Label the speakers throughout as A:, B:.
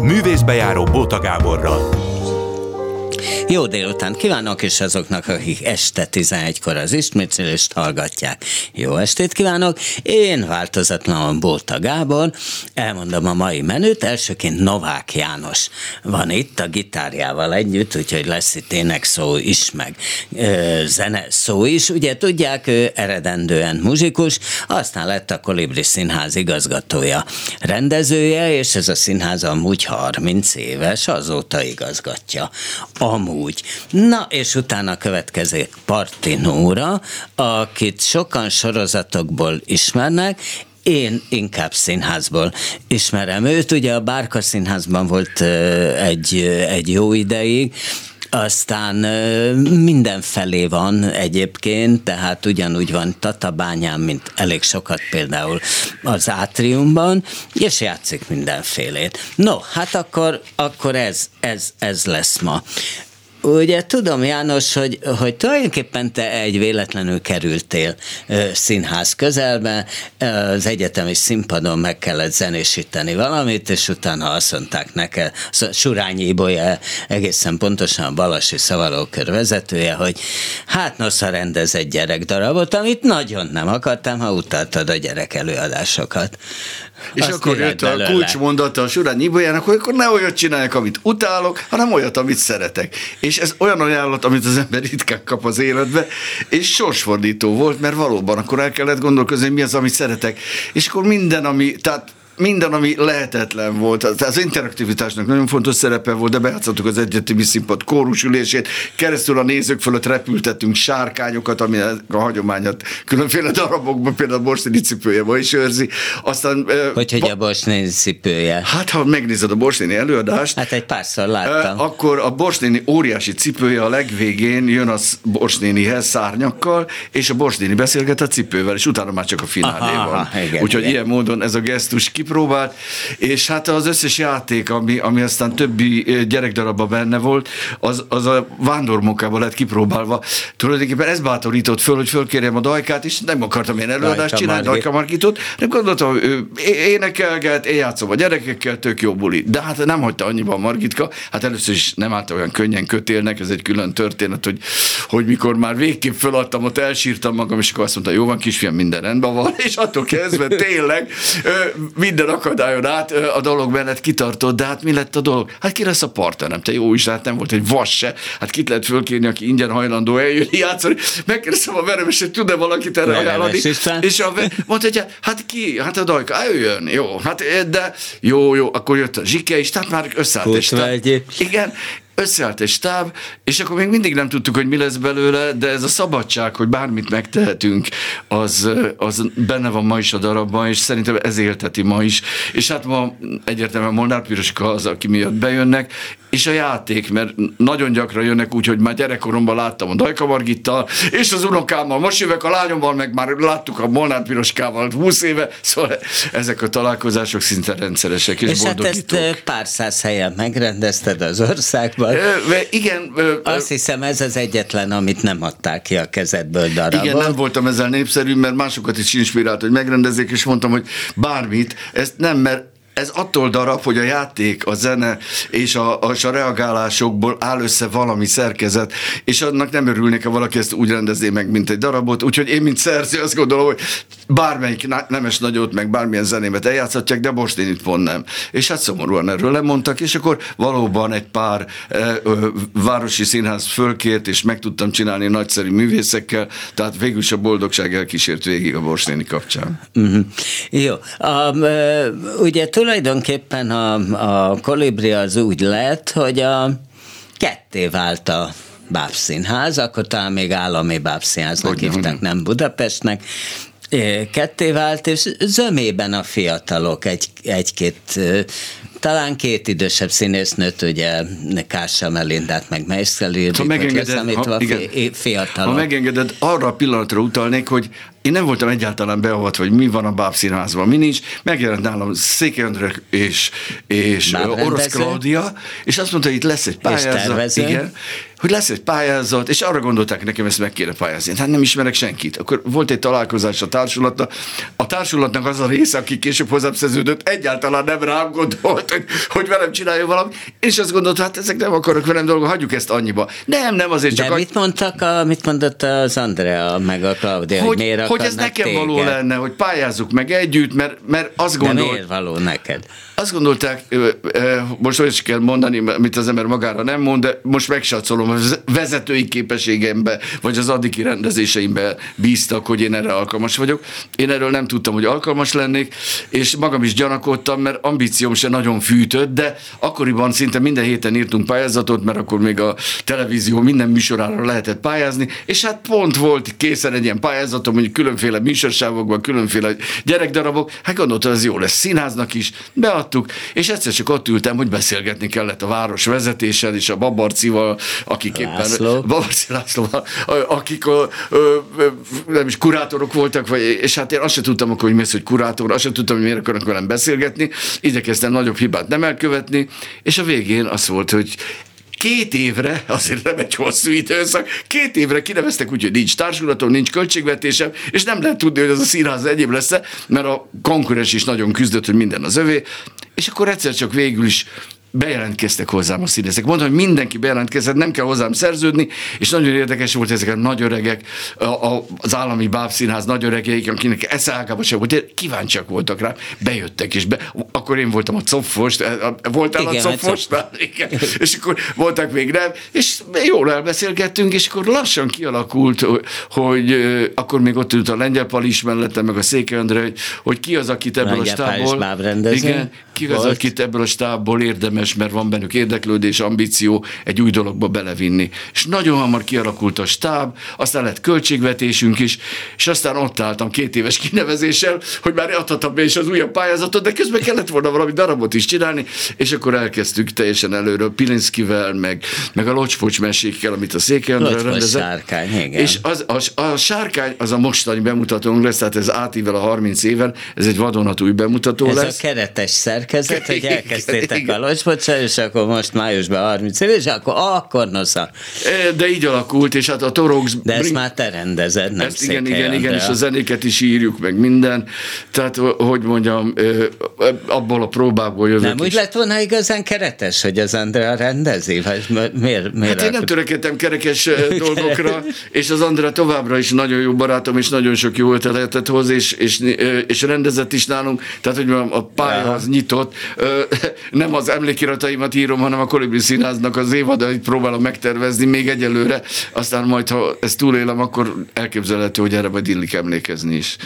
A: Művészbejáró Bóta Gáborral.
B: Jó délután kívánok, és azoknak, akik este 11-kor az ismétlést hallgatják. Jó estét kívánok! Én változatlanul Bóta Gábor, elmondom a mai menüt. Elsőként Novák János van itt a gitárjával együtt, úgyhogy lesz itt énekszó is, meg zene szó is. Ugye tudják, ő eredendően muzsikus, aztán lett a Kolibri Színház igazgatója, rendezője, és ez a színház amúgy 30 éves, azóta igazgatja. Amúgy. Na, és utána következik Parti Nóra, akit sokan sorozatokból ismernek, én inkább színházból ismerem őt. Ugye a Bárka Színházban volt egy jó ideig, aztán mindenfelé van egyébként, tehát ugyanúgy van Tatabányán, mint elég sokat például az Átriumban, és játszik mindenfélét. No, hát akkor ez lesz ma. Ugye tudom, János, hogy tulajdonképpen te egy véletlenül kerültél színház közelbe, az egyetemi színpadon meg kellett zenésíteni valamit, és utána azt mondták neked, Surányi Ibolya, egészen pontosan a Balasi Szavalókör vezetője, hogy hát nosza rendez egy gyerekdarabot, amit nagyon nem akartam, ha utaltad a gyerek előadásokat.
C: És azt akkor jött a kulcsmondata a Surányi Ibolyának, hogy akkor ne olyat csinálják, amit utálok, hanem olyat, amit szeretek. És ez olyan ajánlat, amit az ember ritkán kap az életbe, és sorsfordító volt, mert valóban akkor el kellett gondolkozni, hogy mi az, amit szeretek. És akkor minden, ami lehetetlen volt. Az interaktivitásnak nagyon fontos szerepe volt, de bejátszottuk az egyetemi színpad kórusülését, keresztül a nézők fölött repültettünk sárkányokat, ami a hagyományat különféle darabokban, például a Borsnéni cipője ma is őrzi. Aztán,
B: hogy a Borsnéni cipője?
C: Hát, ha megnézed a Borsnéni előadást,
B: hát egy párszor láttam.
C: Akkor a Borsnéni óriási cipője a legvégén jön az Borsnénihez szárnyakkal, és a Borsnéni beszélget a cipővel, és utána már csak a finálé van. Úgyhogy ilyen módon ez a gesztus kipróbált, és hát az összes játék, ami aztán többi gyerekdarabban benne volt, az a vándormunkában lett kipróbálva. Tulajdonképpen ez bátorított föl, hogy fölkérjem a Dajkát, és nem akartam ilyen előadást csinálni, Dajka Margitot, nem gondoltam, ő énekelget, én játszom a gyerekekkel, tök jó buli. De hát nem hagyta annyiban Margitka, hát először is nem állt olyan könnyen kötélnek, ez egy külön történet, hogy mikor már végképp föladtam, ott elsírtam magam, és akkor azt mondta, jó van, kisfiam, minden rendben van, és attól kezdve tényleg minden akadályon át a dolog mellett kitartott, de hát mi lett a dolog? Hát ki lesz a partnerem? Te jó is, hát nem volt egy vas se, hát kit lehet fölkérni, aki ingyen hajlandó eljönni játszani. Megkérdeztem a Veremes, hogy tud-e valakit erre ajánlani? És mondta, hogy hát ki? Hát a Dajka, jöjjön, jó. Hát de jó, akkor jött a Zsike is, tehát már összeállt és igen, összeállt egy stáb, és akkor még mindig nem tudtuk, hogy mi lesz belőle, de ez a szabadság, hogy bármit megtehetünk, az benne van ma is a darabban, és szerintem ez élteti ma is. És hát ma egyértelműen Molnár Piroska az, aki miatt bejönnek, és a játék, mert nagyon gyakran jönnek úgy, hogy már gyerekkoromban láttam a Dajka Margittal, és az unokámmal, most jövök a lányommal, meg már láttuk a Molnár Piroskával 20 éve, szóval ezek a találkozások szinte rendszeresek és boldogítók.
B: Hát ezt pár száz helyen megrendezted az országban.
C: Igen.
B: Azt hiszem, ez az egyetlen, amit nem adták ki a kezedből darabot.
C: Igen, nem voltam ezzel népszerű, mert másokat is inspirált, hogy megrendezzék, és mondtam, hogy bármit, ezt nem, mert ez attól darab, hogy a játék, a zene és a reagálásokból áll össze valami szerkezet, és annak nem örülnék, ha valaki ezt úgy rendezné meg, mint egy darabot. Úgyhogy én, mint szerző, azt gondolom, hogy bármelyik Nemes Nagyot, meg bármilyen zenémet eljátszhatják, de Borsnénit pont nem. És hát szomorúan erről lemondtak, és akkor valóban egy pár városi színház fölkért, és meg tudtam csinálni nagyszerű művészekkel, tehát végül is a boldogság elkísért végig a Borsnéni kapcsán.
B: Mm-hmm. Jó. Ugye tulajdonképpen a Kolibri az úgy lett, hogy ketté vált a Bábszínház, akkor talán még állami Bábszínháznak hívták, nem Budapestnek, ketté vált, és zömében a fiatalok egy-két, talán két idősebb színésznőt, ugye Kársa Melindát, meg Meiszeli, fiatalok.
C: Ha megengeded, arra a pillanatra utalnék, hogy én nem voltam egyáltalán beavatva, hogy mi van a Bábszínházban, mi nincs. Megjelent nálam Székely André és Orosz Klaudia, és azt mondta, hogy itt lesz egy pályázat. Igen, hogy lesz egy pályázat, és arra gondolták nekem, ezt meg kéne pályázni. Hát nem ismerek senkit. Akkor volt egy találkozás a társulattal, a a társulatnak az a része, aki később hozzám szerződött, egyáltalán nem rám gondolt, hogy velem csinálja valami, és azt gondolta, hát ezek nem akarok velem dolgok, hagyjuk ezt annyiba. Nem, azért csak...
B: De mit mondott az Andrea, meg a Claudia, hogy miért akarnak
C: hogy ez nekem
B: téged?
C: való lenne, hogy pályázzuk meg együtt, mert azt gondolt...
B: De miért való neked?
C: Azt gondolták, most olyat kell mondani, amit az ember magára nem mond, de most megsatszolom, a vezetői képességembe, vagy az addigi rendezéseimbe bíztak, hogy én erre alkalmas vagyok. Én erről nem tudtam, hogy alkalmas lennék, és magam is gyanakodtam, mert ambícióm se nagyon fűtött, de akkoriban szinte minden héten írtunk pályázatot, mert akkor még a televízió minden műsorára lehetett pályázni, és hát pont volt készen egy ilyen pályázatom, mondjuk különféle műsorsávokban, különféle gyerekdarabok, hát gondoltam, ez jó lesz színháznak is, beadtuk, és egyszer csak ott ültem, hogy beszélgetni kellett a város vezetéssel, és a Babarcival, akik éppen... Babarci Lászlóval, akik nem is kurátorok voltak, és hát én azt sem tudtam akkor, hogy mi az, hogy kurátor, azt sem tudtam, hogy miért akarnak velem beszélgetni, igyekeztem nagyobb hibát nem elkövetni, és a végén az volt, hogy 2 évre, azért nem egy hosszú időszak, 2 évre kineveztek úgy, hogy nincs társulatom, nincs költségvetésem, és nem lehet tudni, hogy az a színház egyéb lesz-e, mert a konkurens is nagyon küzdött, hogy minden az övé, és akkor egyszer csak végül is bejelentkeztek hozzám a színészek. Mondtam, hogy mindenki bejelentkezett, nem kell hozzám szerződni, és nagyon érdekes volt ezek a nagy öregek, az állami bábszínház nagy öregeik, akinek eszágában sem volt, kíváncsiak voltak rá, bejöttek, és akkor én voltam a copfos, voltál a copfosnál? Igen. És akkor voltak még nem, és jól elbeszélgettünk, és akkor lassan kialakult, hogy akkor még ott ült a Lengyel Pali is mellettem, meg a Székely Andrea, hogy ki az, akit ebből a stábból, igen, ki az, akit ebből a stábból érdemes, mert van bennük érdeklődés, ambíció egy új dologba belevinni. És nagyon hamar kialakult a stáb, aztán lett költségvetésünk is, és aztán ott álltam 2 éves kinevezéssel, hogy már adhatom be is az újabb pályázatot, de közben kellett volna valami darabot is csinálni, és akkor elkezdtük teljesen előről Pilinszkivel, meg a Locspocs mesékkel, amit a Székely Andrea rendezett.
B: Sárkány, igen.
C: És a Sárkány az a mostani bemutatónk lesz, tehát ez átível a 30 éven, ez egy vadonatúj bemutató lesz.
B: Ez a keretes szerkezet, hogy elkezdtétek a Locspocsal, és akkor most májusban 30 év, és akkor nosza.
C: De így alakult, és hát a Torok...
B: De ezt már te rendezed, nem
C: ezt igen, és a zenéket is írjuk, meg minden. Tehát, hogy mondjam, abból a próbából jövök.
B: Nem úgy lett volna igazán keretes, hogy az Andrea rendezi? Miért
C: hát én nem törekedtem kerekes dolgokra, és az Andrea továbbra is nagyon jó barátom, és nagyon sok jó ötletet hoz, és rendezett is nálunk, tehát, hogy a pálya az nyitott. Nem az emlékirataimat írom, hanem a Kolibri Színháznak az évadait próbálom megtervezni még egyelőre, aztán majd, ha ezt túlélem, akkor elképzelhető, hogy erre majd illik emlékezni is.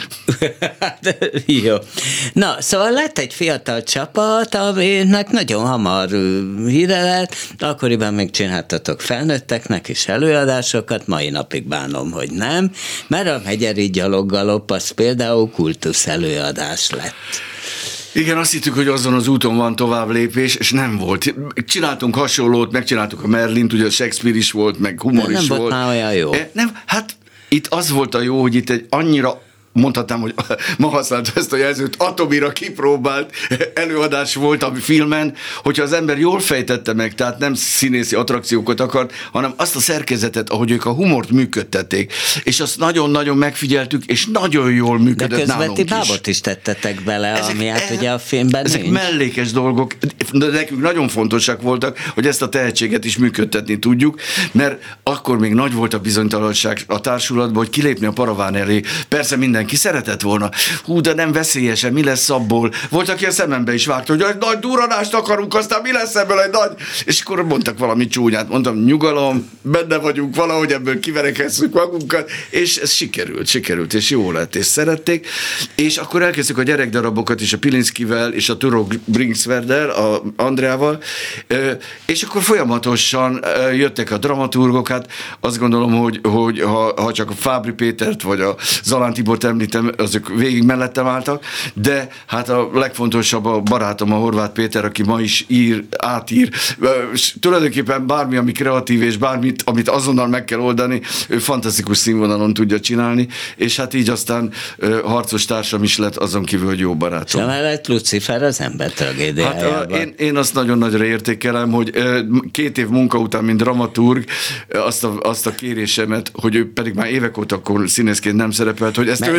B: Jó. Na, szóval lett egy fiatal csapat, aminek nagyon hamar híre lett, akkoriban még csináltatok felnőtteknek is előadásokat, mai napig bánom, hogy nem, mert a Megyeri Gyaloggalop az például kultusz előadás lett.
C: Igen, azt hittük, hogy azon az úton van tovább lépés, és nem volt. Csináltunk hasonlót, megcsináltuk a Merlint, ugye Shakespeare is volt, meg humor is volt.
B: Nem volt már olyan jó.
C: Nem, hát itt az volt a jó, hogy itt egy annyira, mondhatnám, hogy ma használta ezt a jelzőt, atomira kipróbált előadás volt a filmen, hogyha az ember jól fejtette meg, tehát nem színészi attrakciókat akart, hanem azt a szerkezetet, ahogy ők a humort működtették, és azt nagyon-nagyon megfigyeltük, és nagyon jól működött nálunk is.
B: De közveti bábot is tettetek bele, ami hát ugye a filmben
C: ezek
B: nincs.
C: mellékes dolgok, de nekünk nagyon fontosak voltak, hogy ezt a tehetséget is működtetni tudjuk, mert akkor még nagy volt a bizonytalanság a társulatban, hogy kilépni a paraván elé. Persze mindenki szeretett volna. Hú, de nem veszélyesen, mi lesz abból? Volt, aki a szemembe is vágta, hogy egy nagy durranást akarunk, aztán mi lesz ebből egy nagy... És akkor mondtak valami csúnyát, mondtam, nyugalom, benne vagyunk, valahogy ebből kiverekezzük magunkat, és ez sikerült, és jó lett, és szerették. És akkor elkezdtük a gyerekdarabokat is a Pilinszkivel, és a Turok Brinksverdel, a Andreával, és akkor folyamatosan jöttek a dramaturgok, hát azt gondolom, hogy ha csak a Fábri Pétert, vagy a Zalán Tibort említem, azok végig mellettem álltak, de hát a legfontosabb a barátom, a Horváth Péter, aki ma is átír. Tulajdonképpen bármi, ami kreatív, és bármit, amit azonnal meg kell oldani, ő fantasztikus színvonalon tudja csinálni, és hát így aztán harcos társam is lett, azon kívül, hogy jó barátom.
B: És emellett Lucifer az ember tragédiájában.
C: Hát én azt nagyon nagyra értékelem, hogy 2 év munka után, mint dramaturg, azt a kérésemet, hogy ő pedig már évek óta akkor színészként nem szerepelt, hogy ezt ő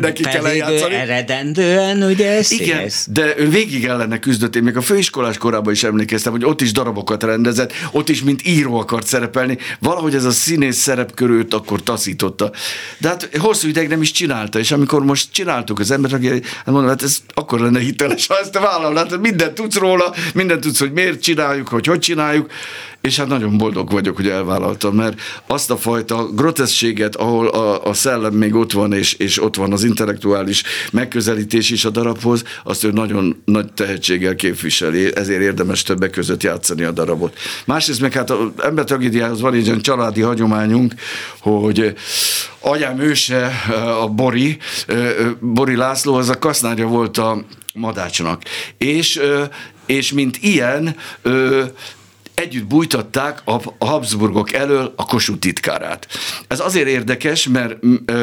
C: neki kell eljátszani.
B: Eredendően, ugye ez?
C: Igen, de ő végig ellene küzdött. Én még a főiskolás korában is emlékeztem, hogy ott is darabokat rendezett, ott is mint író akart szerepelni. Valahogy ez a színész szerepkörült akkor taszította. De hát hosszú ideig nem is csinálta, és amikor most csináltuk az embert, mondom, hát ez akkor lenne hiteles, ha ezt vállalnád, mindent tudsz róla, mindent tudsz, hogy miért csináljuk, hogy csináljuk, és hát nagyon boldog vagyok, hogy elvállaltam, mert azt a fajta groteszséget, ahol a szellem még ott van, és ott van az intellektuális megközelítés is a darabhoz, azt ő nagyon nagy tehetséggel képviseli, ezért érdemes többek között játszani a darabot. Másrészt meg hát az embertragédiához van egy olyan családi hagyományunk, hogy anyám őse, a Bori László, az a kasznárja volt a Madácsnak. És mint ilyen együtt bújtatták a Habsburgok elől a Kossuth titkárát. Ez azért érdekes, mert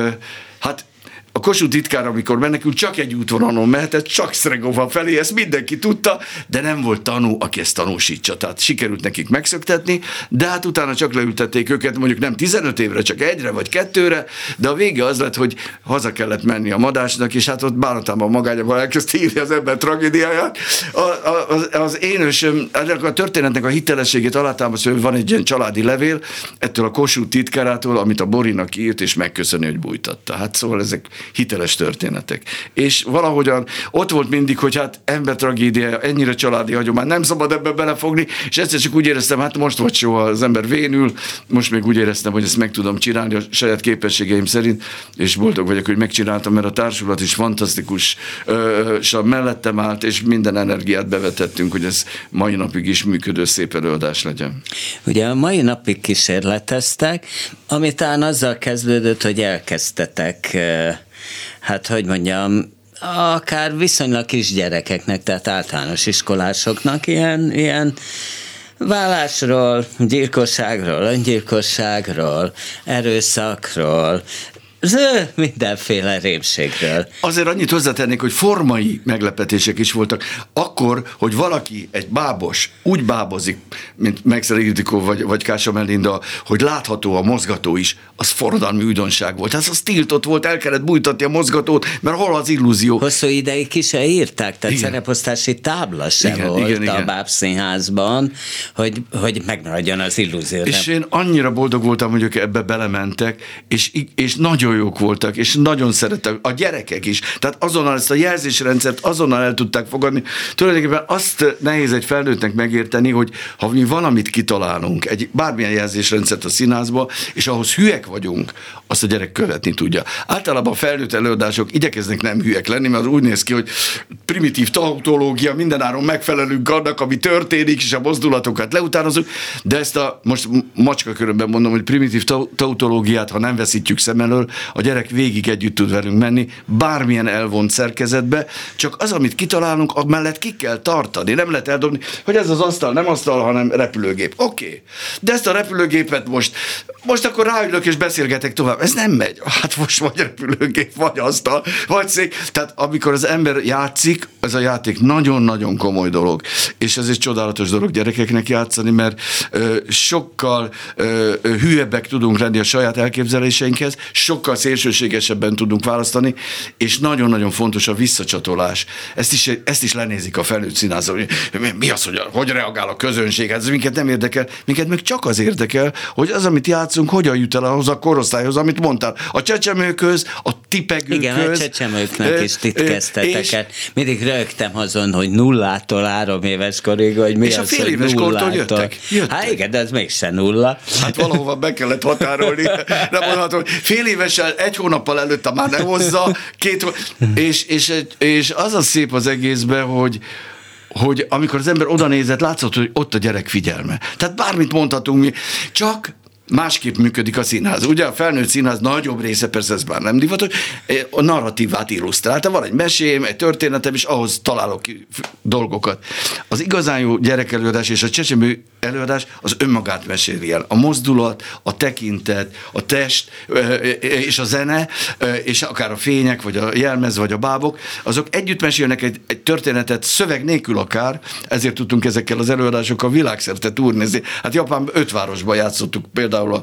C: hát a Kossuth titkár, amikor menekült, csak egy útvonalon mehetett, csak Sztregova felé, ezt mindenki tudta, de nem volt tanú, aki ezt tanúsítsa. Tehát sikerült nekik megszöktetni, de hát utána csak leültették őket, mondjuk nem 15 évre, csak 1-re vagy 2-re, de a vége az lett, hogy haza kellett menni a Madásnak, és hát ott bánatában magányában elkezdte írni az ember tragédiáját. Az énősöm, a történetnek a hitelességét alátámasztja, hogy van egy ilyen családi levél ettől a Kossuth titkárától, amit a Borinak írt, és megköszöni, hogy bújtatta. Hát szóval ezek hiteles történetek. És valahogyan ott volt mindig, hogy hát embertragédia, ennyire családi hagyomány, nem szabad ebbe belefogni, és egyszer csak úgy éreztem, hát most vagy soha az ember vénül, most még úgy éreztem, hogy ezt meg tudom csinálni a saját képességeim szerint, és boldog vagyok, hogy megcsináltam, mert a társulat is fantasztikus, mellettem állt, és minden energiát bevetettünk, hogy ez mai napig is működő szép előadás legyen.
B: Ugye a mai napig kísérleteztek, ami talán azzal kezdődött, hogy elkezdtetek hát, hogy mondjam, akár viszonylag kis gyerekeknek, tehát általános iskolásoknak ilyen vállásról, gyilkosságról, öngyilkosságról, erőszakról, mindenféle rémségről.
C: Azért annyit hozzátennék, hogy formai meglepetések is voltak. Akkor, hogy valaki, egy bábos, úgy bábozik, mint Megszere Ildikó vagy Kása Melinda, hogy látható a mozgató is, az forradalmi újdonság volt. Ez az tiltott volt, el kellett bújtatni a mozgatót, mert hol az illúzió.
B: Hosszú ideig ki se írták, tehát szereposztási tábla se volt a Bábszínházban, hogy megmaradjon az illúzió.
C: És én annyira boldog voltam, hogy ők ebbe belementek, és nagyon jók voltak, és nagyon szerettek, a gyerekek is. Tehát azonnal ezt a jelzésrendszert azonnal el tudták fogadni. Tulajdonképpen azt nehéz egy felnőttnek megérteni, hogy ha mi valamit kitalálunk, egy bármilyen jelzésrendszert a színházba, és ahhoz hülyek vagyunk, azt a gyerek követni tudja. Általában a felnőtt előadások igyekeznek nem hülyek lenni, mert az úgy néz ki, hogy primitív tautológia, mindenáron megfelelünk annak, ami történik, és a mozdulatokat leutánozunk, de ezt most macskakörömben mondom, hogy primitív tautológiát, ha nem veszítjük szem elől, a gyerek végig együtt tud velünk menni, bármilyen elvont szerkezetbe, csak az, amit kitalálunk, amellett ki kell tartani. Nem lehet eldobni, hogy ez az asztal, nem asztal, hanem repülőgép. Oké. De ezt a repülőgépet most akkor ráülök és beszélgetek tovább. Ez nem megy. Hát most vagy repülőgép, vagy asztal, vagy szék. Tehát amikor az ember játszik, ez a játék nagyon-nagyon komoly dolog. És ez egy csodálatos dolog gyerekeknek játszani, mert sokkal hülyebbek tudunk lenni a saját elképzeléseinkhez, sokkal szélsőségesebben tudunk választani, és nagyon-nagyon fontos a visszacsatolás. Ezt is lenézik a felnőtt színházon, hogy mi az, hogy reagál a közönség, ez minket nem érdekel, minket meg csak az érdekel, hogy az, amit játszunk, hogyan jut el ahhoz a korosztályhoz, amit mondtál. A csecsemőkhöz, a tipegőkhöz.
B: Igen, a csecsemőknek is titkeszteteket. Mindig rögtem azon, hogy 0-tól 3 éves korig, hogy mi
C: és
B: az,
C: a fél éves kortól jöttek.
B: Hát igen, de ez mégsem 0.
C: Hát valahova be kellett határolni. Nem mondhatom, fél évesen, 1 hónappal előtte már ne hozza, 2 és az a szép az egészben, hogy amikor az ember oda nézett, látszott, hogy ott a gyerek figyelme. Tehát bármit mondhatunk mi, csak másképp működik a színház. Ugye a felnőtt színház nagyobb része, persze ez már nem divatos, a narratívát illusztrálta. Van egy mesém, egy történetem, és ahhoz találok dolgokat. Az igazán jó gyerekelőadás és a csecsemő előadás az önmagát meséli el. A mozdulat, a tekintet, a test és a zene, és akár a fények, vagy a jelmez, vagy a bábok, azok együtt mesélnek egy történetet szöveg nélkül akár, ezért tudtunk ezekkel az előadásokkal világszerte turnézni. Hát Japánban 5 városban játszottuk például például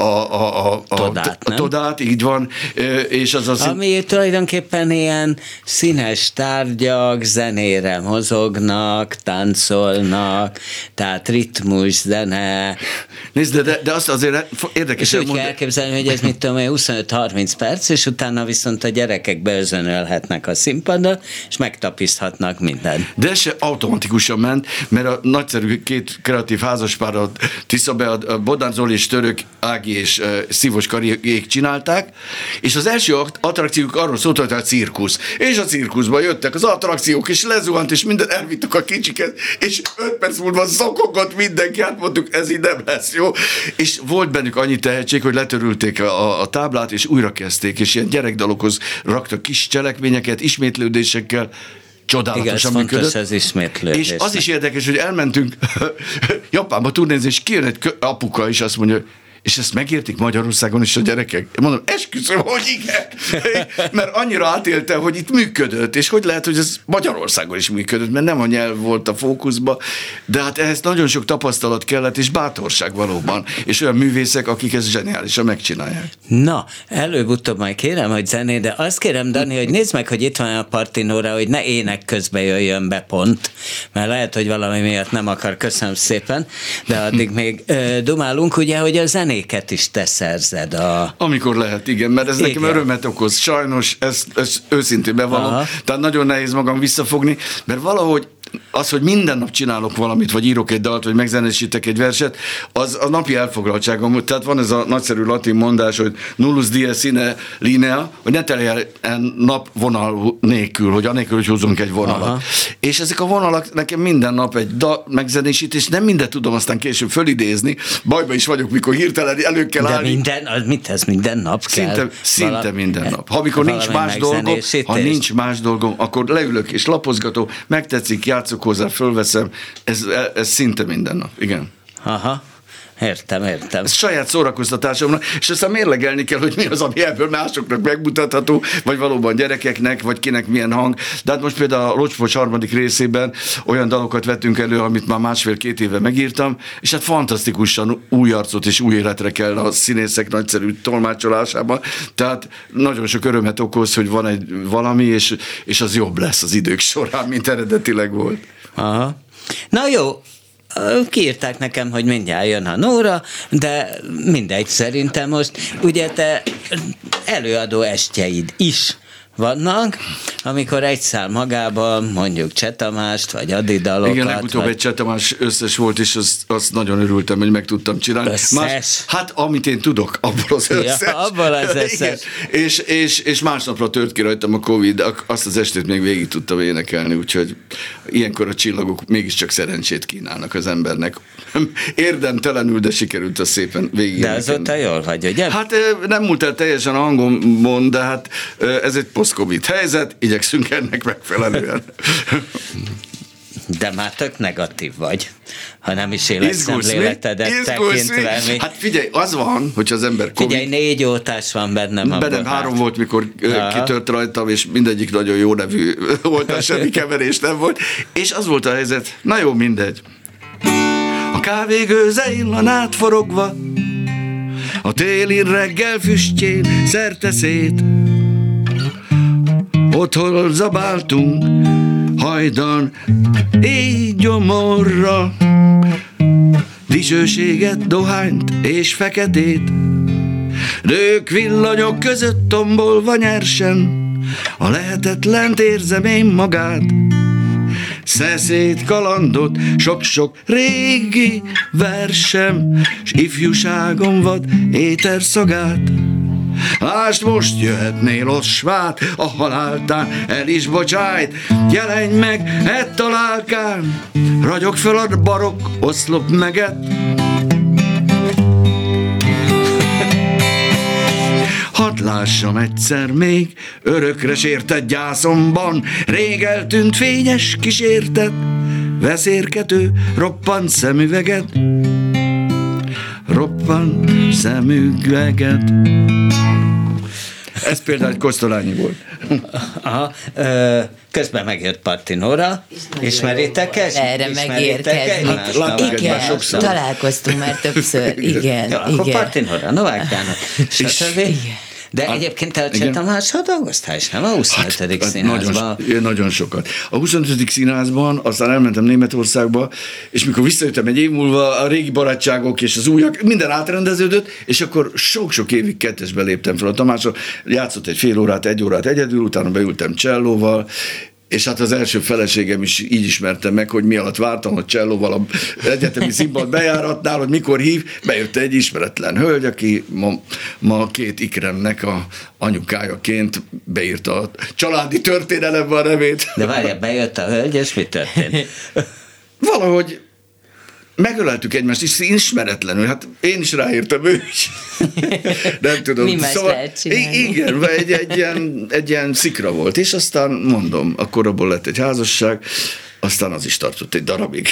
C: a Todát, így van, és
B: ami tulajdonképpen ilyen színes tárgyak, zenére mozognak, táncolnak, tehát ritmus, zene.
C: Nézd, de azt azért érdekes.
B: És úgy kell elképzelni, hogy ez mit tudom, 25-30 perc, és utána viszont a gyerekek beözönölhetnek a színpadra, és megtapiszthatnak mindent.
C: De ez se automatikusan ment, mert a nagyszerű két kreatív házaspár, a Tiszabe, a Bodnár Zoli és Török Ági és Szívos Kariék csinálták, és az első attrakciók arról szólt, hogy a cirkusz. És a cirkuszban jöttek az attrakciók, és lezuhant, és mindent elvittük a kicsiket, és 5 perc múlva zokogott mindenki, hát mondtuk, ez így nem lesz jó. És volt bennük annyi tehetség, hogy letörülték a táblát, és újra kezdték, és ilyen gyerekdalokhoz raktak kis cselekményeket, ismétlődésekkel, csodálatosan működött.
B: Fontos az ismétlődés.
C: És az is érdekes, hogy elmentünk Japánba turnézni, és kijön egy apuka, és azt mondja, és ezt megértik Magyarországon is a gyerekek? Mondom, esküszöm, hogy igen. Mert annyira átélte, hogy itt működött, és hogy lehet, hogy ez Magyarországon is működött, mert nem a nyelv volt a fókuszba, de hát ehhez nagyon sok tapasztalat kellett, és bátorság valóban, és olyan művészek, akik ezt zseniálisan megcsinálják.
B: Na, előbb-utóbb majd kérem, hogy zené, de azt kérem, Dani, hogy nézd meg, hogy itt van a partinóra, hogy ne ének közben jöjjön be pont, mert lehet, hogy valami miatt nem akar, köszönöm szépen, de addig még dumálunk, ugye, hogy a zenéket is te szerzed.
C: Amikor lehet, igen, mert ez nekem örömet okoz. Sajnos, ezt őszintén bevallom, tehát nagyon nehéz magam visszafogni, mert valahogy az, hogy minden nap csinálok valamit, vagy írok egy dalt, vagy megzenésítek egy verset, az a napi elfoglaltságom. Tehát van ez a nagyszerű latin mondás, hogy nullus die sine linea, hogy ne teljen nap vonal nélkül, hogy anélkül, hogy húzunk egy vonalat. Aha. És ezek a vonalak nekem minden nap egy megzenésítés, nem mindent tudom aztán később fölidézni. Bajba is vagyok, mikor hirtelen elő kell állni.
B: De ez minden nap kell?
C: Szinte minden nap. Ha amikor nincs más dolgom, akkor leülök és lapozgatom, megtetszik, játszok hozzá, fölveszem, ez szinte minden nap, igen.
B: Aha, értem.
C: Ez saját szórakoztatásomnak, és aztán mérlegelni kell, hogy mi az, ami ebből másoknak megmutatható, vagy valóban gyerekeknek, vagy kinek milyen hang. De hát most például a Locspocs 3. részében olyan dalokat vettünk elő, amit már 1,5-2 éve megírtam, és hát fantasztikusan új arcot és új életre kell a színészek nagyszerű tolmácsolásában. Tehát nagyon sok örömet okoz, hogy van egy valami, és az jobb lesz az idők során, mint eredetileg volt.
B: Aha. Na jó, kiírták nekem, hogy mindjárt jön a Nóra, de mindegy, szerintem most ugye te előadó estjeid is vannak, amikor egy szál magában mondjuk Cseh Tamást, vagy Adi dalokat.
C: Igen, legutóbb egy Cseh Tamás összes volt, és azt nagyon örültem, hogy meg tudtam csinálni. Hát, amit én tudok, abból az összes.
B: Ja, abból az összes.
C: És másnapra tört ki rajtam a Covid, azt az estét még végig tudtam énekelni, úgyhogy ilyenkor a csillagok mégiscsak szerencsét kínálnak az embernek. Érdemtelenül, de sikerült az szépen végig.
B: De azóta jól vagy, ugye?
C: Hát nem múlt el teljesen a hangomon, de hát ez egy post-covid helyzet, igyekszünk ennek megfelelően.
B: De már tök negatív vagy, ha nem is életszemléletedet tekintve.
C: Hát figyelj, az van, hogy az ember
B: Covid... Figyelj, 4 oltás van bennem.
C: Bennem 3 volt, mikor kitört rajtam, és mindegyik nagyon jó nevű oltás, semmi keverés nem volt, és az volt a helyzet, na jó, mindegy. A kávégőze illan átforogva, a téli reggel füstjén szerte szét, otthon zabáltunk hajdan, éj gyomorra, dicsőséget, dohányt és feketét. Nők villanyok között tombolva nyersen, a lehetetlent érzem én magát. Szeszét, kalandot, sok-sok régi versem, s ifjúságom vad éterszagát. Lásd, most jöhetnél osvát, a haláltán el is bocsájt, jelenj meg, ett a lálkán, ragyog föl a barokk oszlop meget. Hadd lássam egyszer még, örökre sértett gyászomban, rég eltűnt fényes kísértet, vezérkető, roppant szemüveget, roppant szemüveget. Ez például egy Kosztolányi volt.
B: Aha, közben megjött Parti Nóra. Ismeritek ezt?
D: Erre megérkezni. Igen, találkoztunk már többször. Igen.
B: Akkor Parti Nóra, Novák János, stb. De egyébként te a Cseh Tamással dolgoztál, és nem a 25. színházban?
C: Nagyon sokat. A 25. színházban, aztán elmentem Németországba, és mikor visszajöttem egy év múlva, a régi barátságok és az újak, minden átrendeződött, és akkor sok-sok évig kettesbe léptem fel a Tamással, játszott egy fél órát, egy órát egyedül, utána beültem csellóval, és hát az első feleségem is így ismertem meg, hogy mi alatt vártam, hogy csellóval az egyetemi színpad bejáratnál, hogy mikor hív, bejött egy ismeretlen hölgy, aki ma két ikremnek a anyukájaként beírta a családi történelemben a nevét.
B: De várjál, bejött a hölgy, és mi történt?
C: Valahogy megöleltük egymást, és ismeretlenül, hát én is ráírtam, ő is. Nem tudom.
D: Mi más lehet csinálni?
C: Igen, egy ilyen szikra volt, és aztán mondom, akkor abból lett egy házasság, aztán az is tartott egy darabig.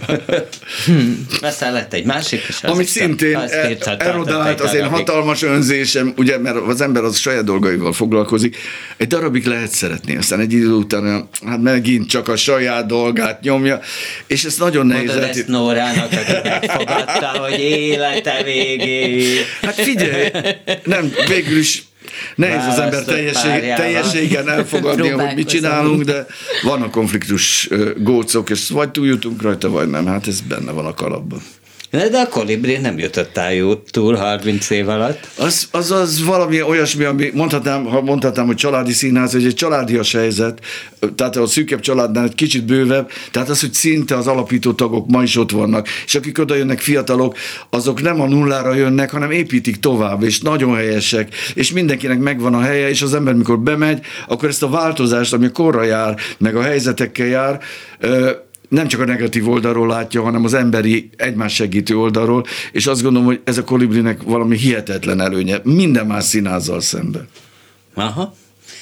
B: Aztán lett egy másik, és
C: amit szintén erodált az én hatalmas önzésem, ugye, mert az ember az saját dolgaival foglalkozik, egy darabig lehet szeretni, aztán egy idő után hát megint csak a saját dolgát nyomja, és ez nagyon nehéz.
B: Mondod ezt Nórának, aki megfogadta, hogy élete végéig.
C: Hát figyelj, nem, végül is nehéz az ember teljességen elfogadni, hogy mit csinálunk, de vannak konfliktus gócok, és vagy túljutunk rajta, vagy nem. Hát ez benne van a kalapban.
B: De a Kolibri nem jutottál túl 30 év alatt.
C: Az valami olyasmi, ami mondhatnám, hogy családi színház, hogy egy családias helyzet, tehát a szűkebb családnál egy kicsit bővebb, tehát az, hogy szinte az alapító tagok ma is ott vannak, és akik oda jönnek fiatalok, azok nem a nullára jönnek, hanem építik tovább, és nagyon helyesek, és mindenkinek megvan a helye, és az ember, mikor bemegy, akkor ezt a változást, ami korra jár, meg a helyzetekkel jár, nem csak a negatív oldalról látja, hanem az emberi egymás segítő oldalról, és azt gondolom, hogy ez a Kolibrinek valami hihetetlen előnye minden más színházzal szemben.
B: Aha.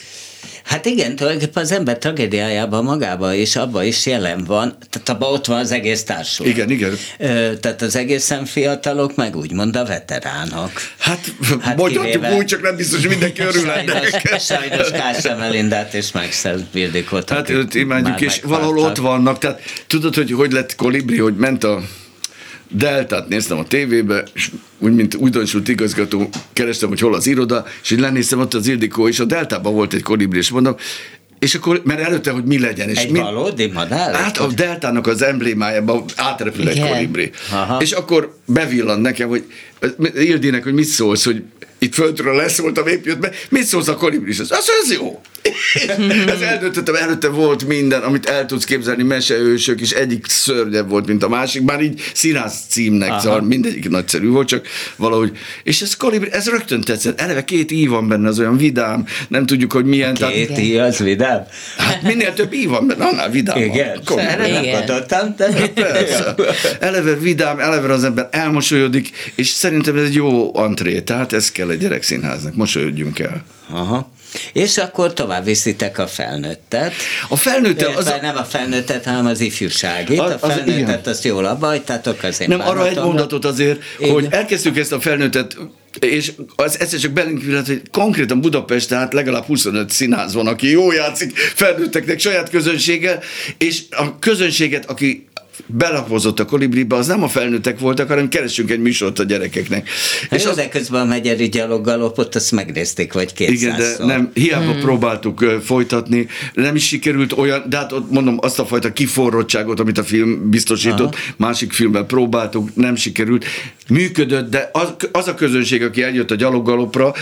B: Hát igen, tulajdonképpen az ember tragédiájában magában és abban is jelen van, tehát abban ott van az egész társulat.
C: Igen.
B: Tehát az egészen fiatalok, meg úgymond a veteránok.
C: Hát mondhatjuk úgy, csak nem biztos, hogy mindenki örül ennek.
B: Sajnos Kásá Melindát és Maxell Ildikót.
C: Hát őt imádjuk, és valahol ott vannak. Tehát tudod, hogy lett Kolibri, hogy ment a Deltát néztem a tévébe, és úgy, mint újdonsult igazgató, kerestem, hogy hol az iroda, és így lenéztem, ott az Ildikó, és a Deltában volt egy Kolibri, és mondom, és akkor, mert előtte, hogy mi legyen. És
B: valódi madár?
C: Hát a Deltának az emblémájában átrepül egy Kolibri. Aha. És akkor bevillant nekem, hogy Ildinek, hogy mit szólsz, hogy itt földről leszóltam, épp jött be, mit szólsz a Kolibris? Az jó. Ez eldöntöttem, előtte volt minden, amit el tudsz képzelni, meseősök, és egyik szörnyebb volt, mint a másik, már így színház címnek, szóval mindegyik nagyszerű volt, csak valahogy, és ez Kolibri, ez rögtön tetszett, eleve 2 íj van benne, az olyan vidám, nem tudjuk, hogy milyen.
B: 2 íj az vidám?
C: Hát minél több íj van benne, annál vidám.
B: Igen, erre gondoltam, de...
C: Persze. Eleve vidám, eleve az ember elmosolyodik, és szerintem ez egy jó antré, tehát ez kell egy gyerekszínháznak, mosolyodjunk el.
B: Aha. És akkor tovább viszitek a felnőttet.
C: A felnőttet...
B: Nem a felnőttet, hanem az ifjúságit. A felnőttet azt jól abba hagytátok, azért
C: nem, arra egy mondatot azért, hogy elkezdtük ezt a felnőttet, és az egyszer csak belénk villant, hogy konkrétan Budapesten hát legalább 25 színház van, aki jól játszik felnőtteknek saját közönséggel, és a közönséget, aki belapozott a Kolibribe, az nem a felnőttek voltak, hanem keressünk egy műsort a gyerekeknek.
B: És az közben a Megyeri gyaloggalopot, azt megnézték, vagy 200-szor.
C: Igen, de nem, hiába próbáltuk folytatni, nem is sikerült olyan, de hát ott mondom, azt a fajta kiforrottságot, amit a film biztosított, másik filmben próbáltuk, nem sikerült, működött, de az a közönség, aki eljött a gyaloggalopra,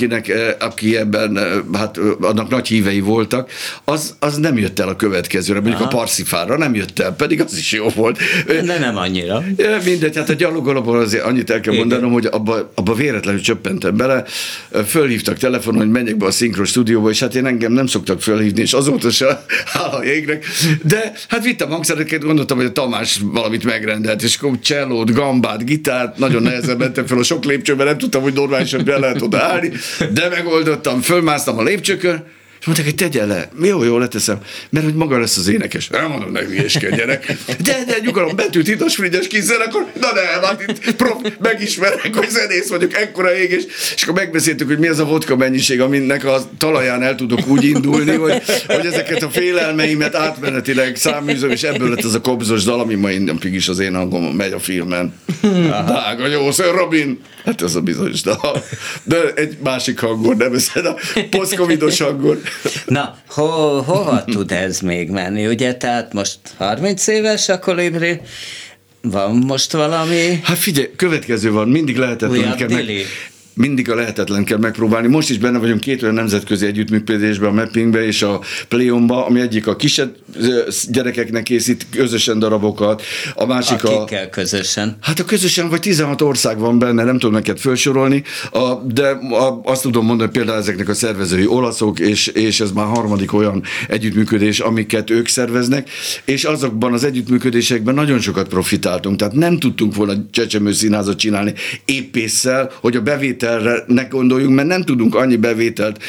C: aki ebben, hát annak nagy hívei voltak, az nem jött el a következőre, mondjuk a Parszifára nem jött el, pedig az is jó volt.
B: De nem annyira.
C: Mindegy, hát a gyaloggalopon azért annyit el kell mondanom, hogy abba véletlenül csöppentem bele, fölhívtak telefonon, hogy menjek be a szinkron stúdióba, és hát engem nem szoktak fölhívni, és azóta se hála égnek, de hát vittem hangszereket, gondoltam, hogy a Tamás valamit megrendelt, és akkor csellót, gambát, gitárt, nagyon nehezen mentem fel a sok lépcsőben, nem tudtam, hogy normálisan be lehet oda állni, de megoldottam, fölmásztam a lépcsőkön, És mondták, hogy tegye le. Jó, leteszem. Mert hogy maga lesz az énekes. Nem mondom, ne hülyéskedjenek. De nyugalom, betűt hitas frigyes kizzel, akkor hát itt megismerek, hogy zenész vagyok, ekkora ég, és akkor megbeszéltük, hogy mi az a vodka mennyiség, aminek a talaján el tudok úgy indulni, hogy ezeket a félelmeimet átmenetileg száműzöm, és ebből lett az a kobzos dal, ami ma napig is az én hangom megy a filmen. Drága jó, Sir Robin! Hát ez a bizonyos dal. De egy másik hangon, nem ez a posztcovidos hangon.
B: Na, hova tud ez még menni? Ugye, tehát most 30 éves a Kolibri, van most valami?
C: Hát figyelj, következő van, mindig lehetetlen kell mindig a lehetetlen kell megpróbálni. Most is benne vagyunk 2 olyan nemzetközi együttműködésben, a Mappingbe és a Playonba, ami egyik a kisebb gyerekeknek készít közösen darabokat, a másik
B: akikkel közösen?
C: Hát a közösen vagy 16 ország van benne, nem tudom neked felsorolni, de azt tudom mondani, hogy például ezeknek a szervezői olaszok, és ez már 3. olyan együttműködés, amiket ők szerveznek, és azokban az együttműködésekben nagyon sokat profitáltunk, tehát nem tudtunk volna Csecsemő Színházat csinálni éppésszel, hogy a bevételre ne gondoljunk, mert nem tudunk annyi bevételt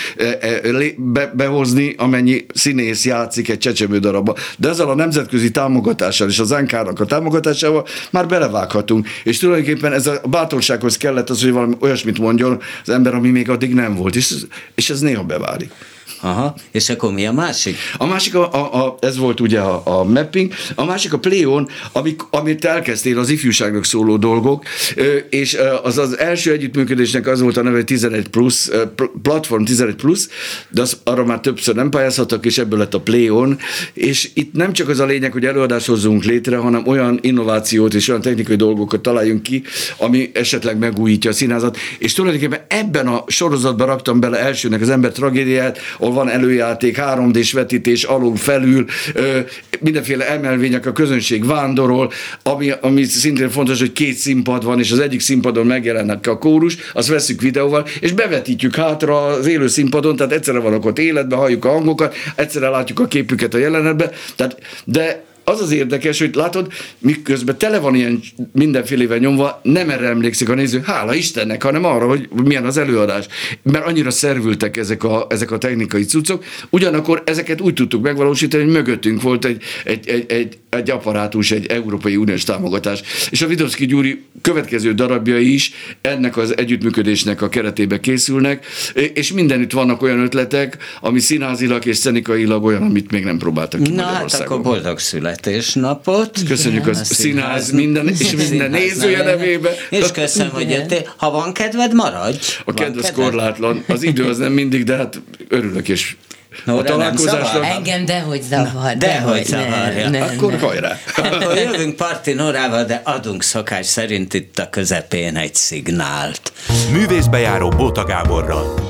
C: behozni, amennyi színész játszik egy csecsemő darabba. De ezzel a nemzetközi támogatással és az NK-nak a támogatásával már belevághatunk. És tulajdonképpen ez a bátorsághoz kellett az, hogy valami olyasmit mondjon az ember, ami még addig nem volt. És ez néha beválik.
B: Aha, és akkor mi a másik?
C: A másik, ez volt ugye a Mapping, a másik a Playon, amit elkezdtél, az ifjúságnak szóló dolgok, és az első együttműködésnek az volt a neve 11+, Platform 11+, de arra már többször nem pályázhattak, és ebből lett a Playon, és itt nem csak az a lényeg, hogy előadást hozzunk létre, hanem olyan innovációt és olyan technikai dolgokat találjunk ki, ami esetleg megújítja a színházat, és tulajdonképpen ebben a sorozatban raktam bele elsőnek az Ember tragédiáját, van előjáték, 3D-s vetítés, alul, felül, mindenféle emelvények, a közönség vándorol, ami szintén fontos, hogy 2 színpad van, és az egyik színpadon megjelennek a kórus, azt veszük videóval, és bevetítjük hátra az élő színpadon, tehát egyszerre vannak ott életben, halljuk a hangokat, egyszerre látjuk a képüket a jelenetben, de az az érdekes, hogy látod, miközben tele van ilyen mindenfélevel nyomva, nem erre emlékszik a néző, hála Istennek, hanem arra, hogy milyen az előadás. Mert annyira szervültek ezek a technikai cuccok, ugyanakkor ezeket úgy tudtuk megvalósítani, hogy mögöttünk volt egy apparátus, egy Európai Uniós támogatás. És a Vidovszky Gyuri következő darabjai is ennek az együttműködésnek a keretébe készülnek, és mindenütt vannak olyan ötletek, ami színházilag és szenikailag olyan, amit még nem próbáltak ki Magyarországon.
B: Hát akkor boldog születésnapot.
C: Köszönjük a színház minden, és minden nézője nevébe.
B: És köszönöm, hogy jöttél. Ha van kedved, maradj.
C: A kedved korlátlan. Az idő az nem mindig, de hát örülök, és a találkozásra...
D: Engem dehogy zavar.
B: Dehogy zavarja.
C: Akkor hajrá.
B: Akkor jövünk Parti Nórával, de adunk szokás szerint itt a közepén egy szignált.
A: Művészbejáró Bóta Gáborral.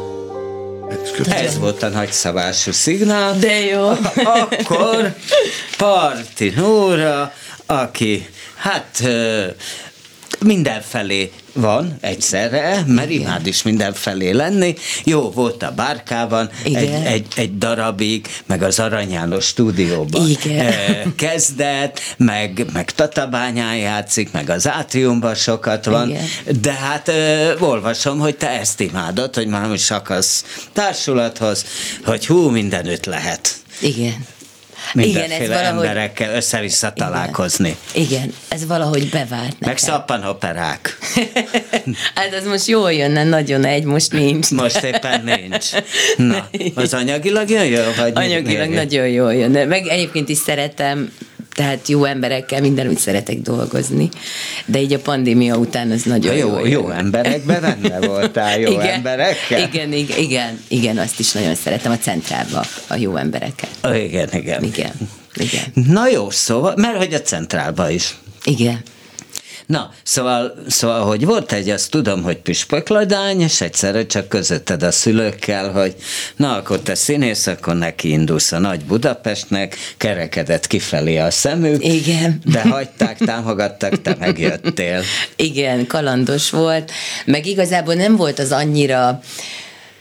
B: Ez volt a nagyszabású szignál.
D: De jó.
B: Akkor Parti Nóra, aki hát mindenfelé van egyszerre, mert imád is mindenfelé lenni. Jó volt a Bárkában egy darabig, meg az Arany János stúdióban kezdett, meg Tatabányán játszik, meg az Átriumban sokat van, igen. De hát olvasom, hogy te ezt imádod, hogy már most akasz társulathoz, hogy mindenütt lehet.
D: Igen.
B: Mindenféle emberekkel össze-vissza találkozni.
D: Igen, ez valahogy bevált nekem.
B: Meg szappanoperák.
D: Hát ez most jól jönne, nagyon most nincs.
B: Most éppen nincs. Na, az anyagilag jön jó? Vagy
D: anyagilag nagyon jól jön. Meg egyébként is szeretem, tehát jó emberekkel mindenütt szeretek dolgozni, de így a pandémia után az nagyon
B: jó emberekben benne voltál, jó
D: igen,
B: emberekkel?
D: Igen, azt is nagyon szeretem, a Centrálba a jó embereket. Igen.
B: Na jó, szóval, mert hogy a Centrálba is.
D: Igen.
B: Na, szóval, hogy volt azt tudom, hogy püspökladány, és egyszerre csak közötted a szülőkkel, hogy na, akkor te színész, akkor neki indulsz a Nagy Budapestnek, kerekedett kifelé a szemük.
D: Igen.
B: De hagyták, támogattak, te megjöttél.
D: Igen, kalandos volt, meg igazából nem volt az annyira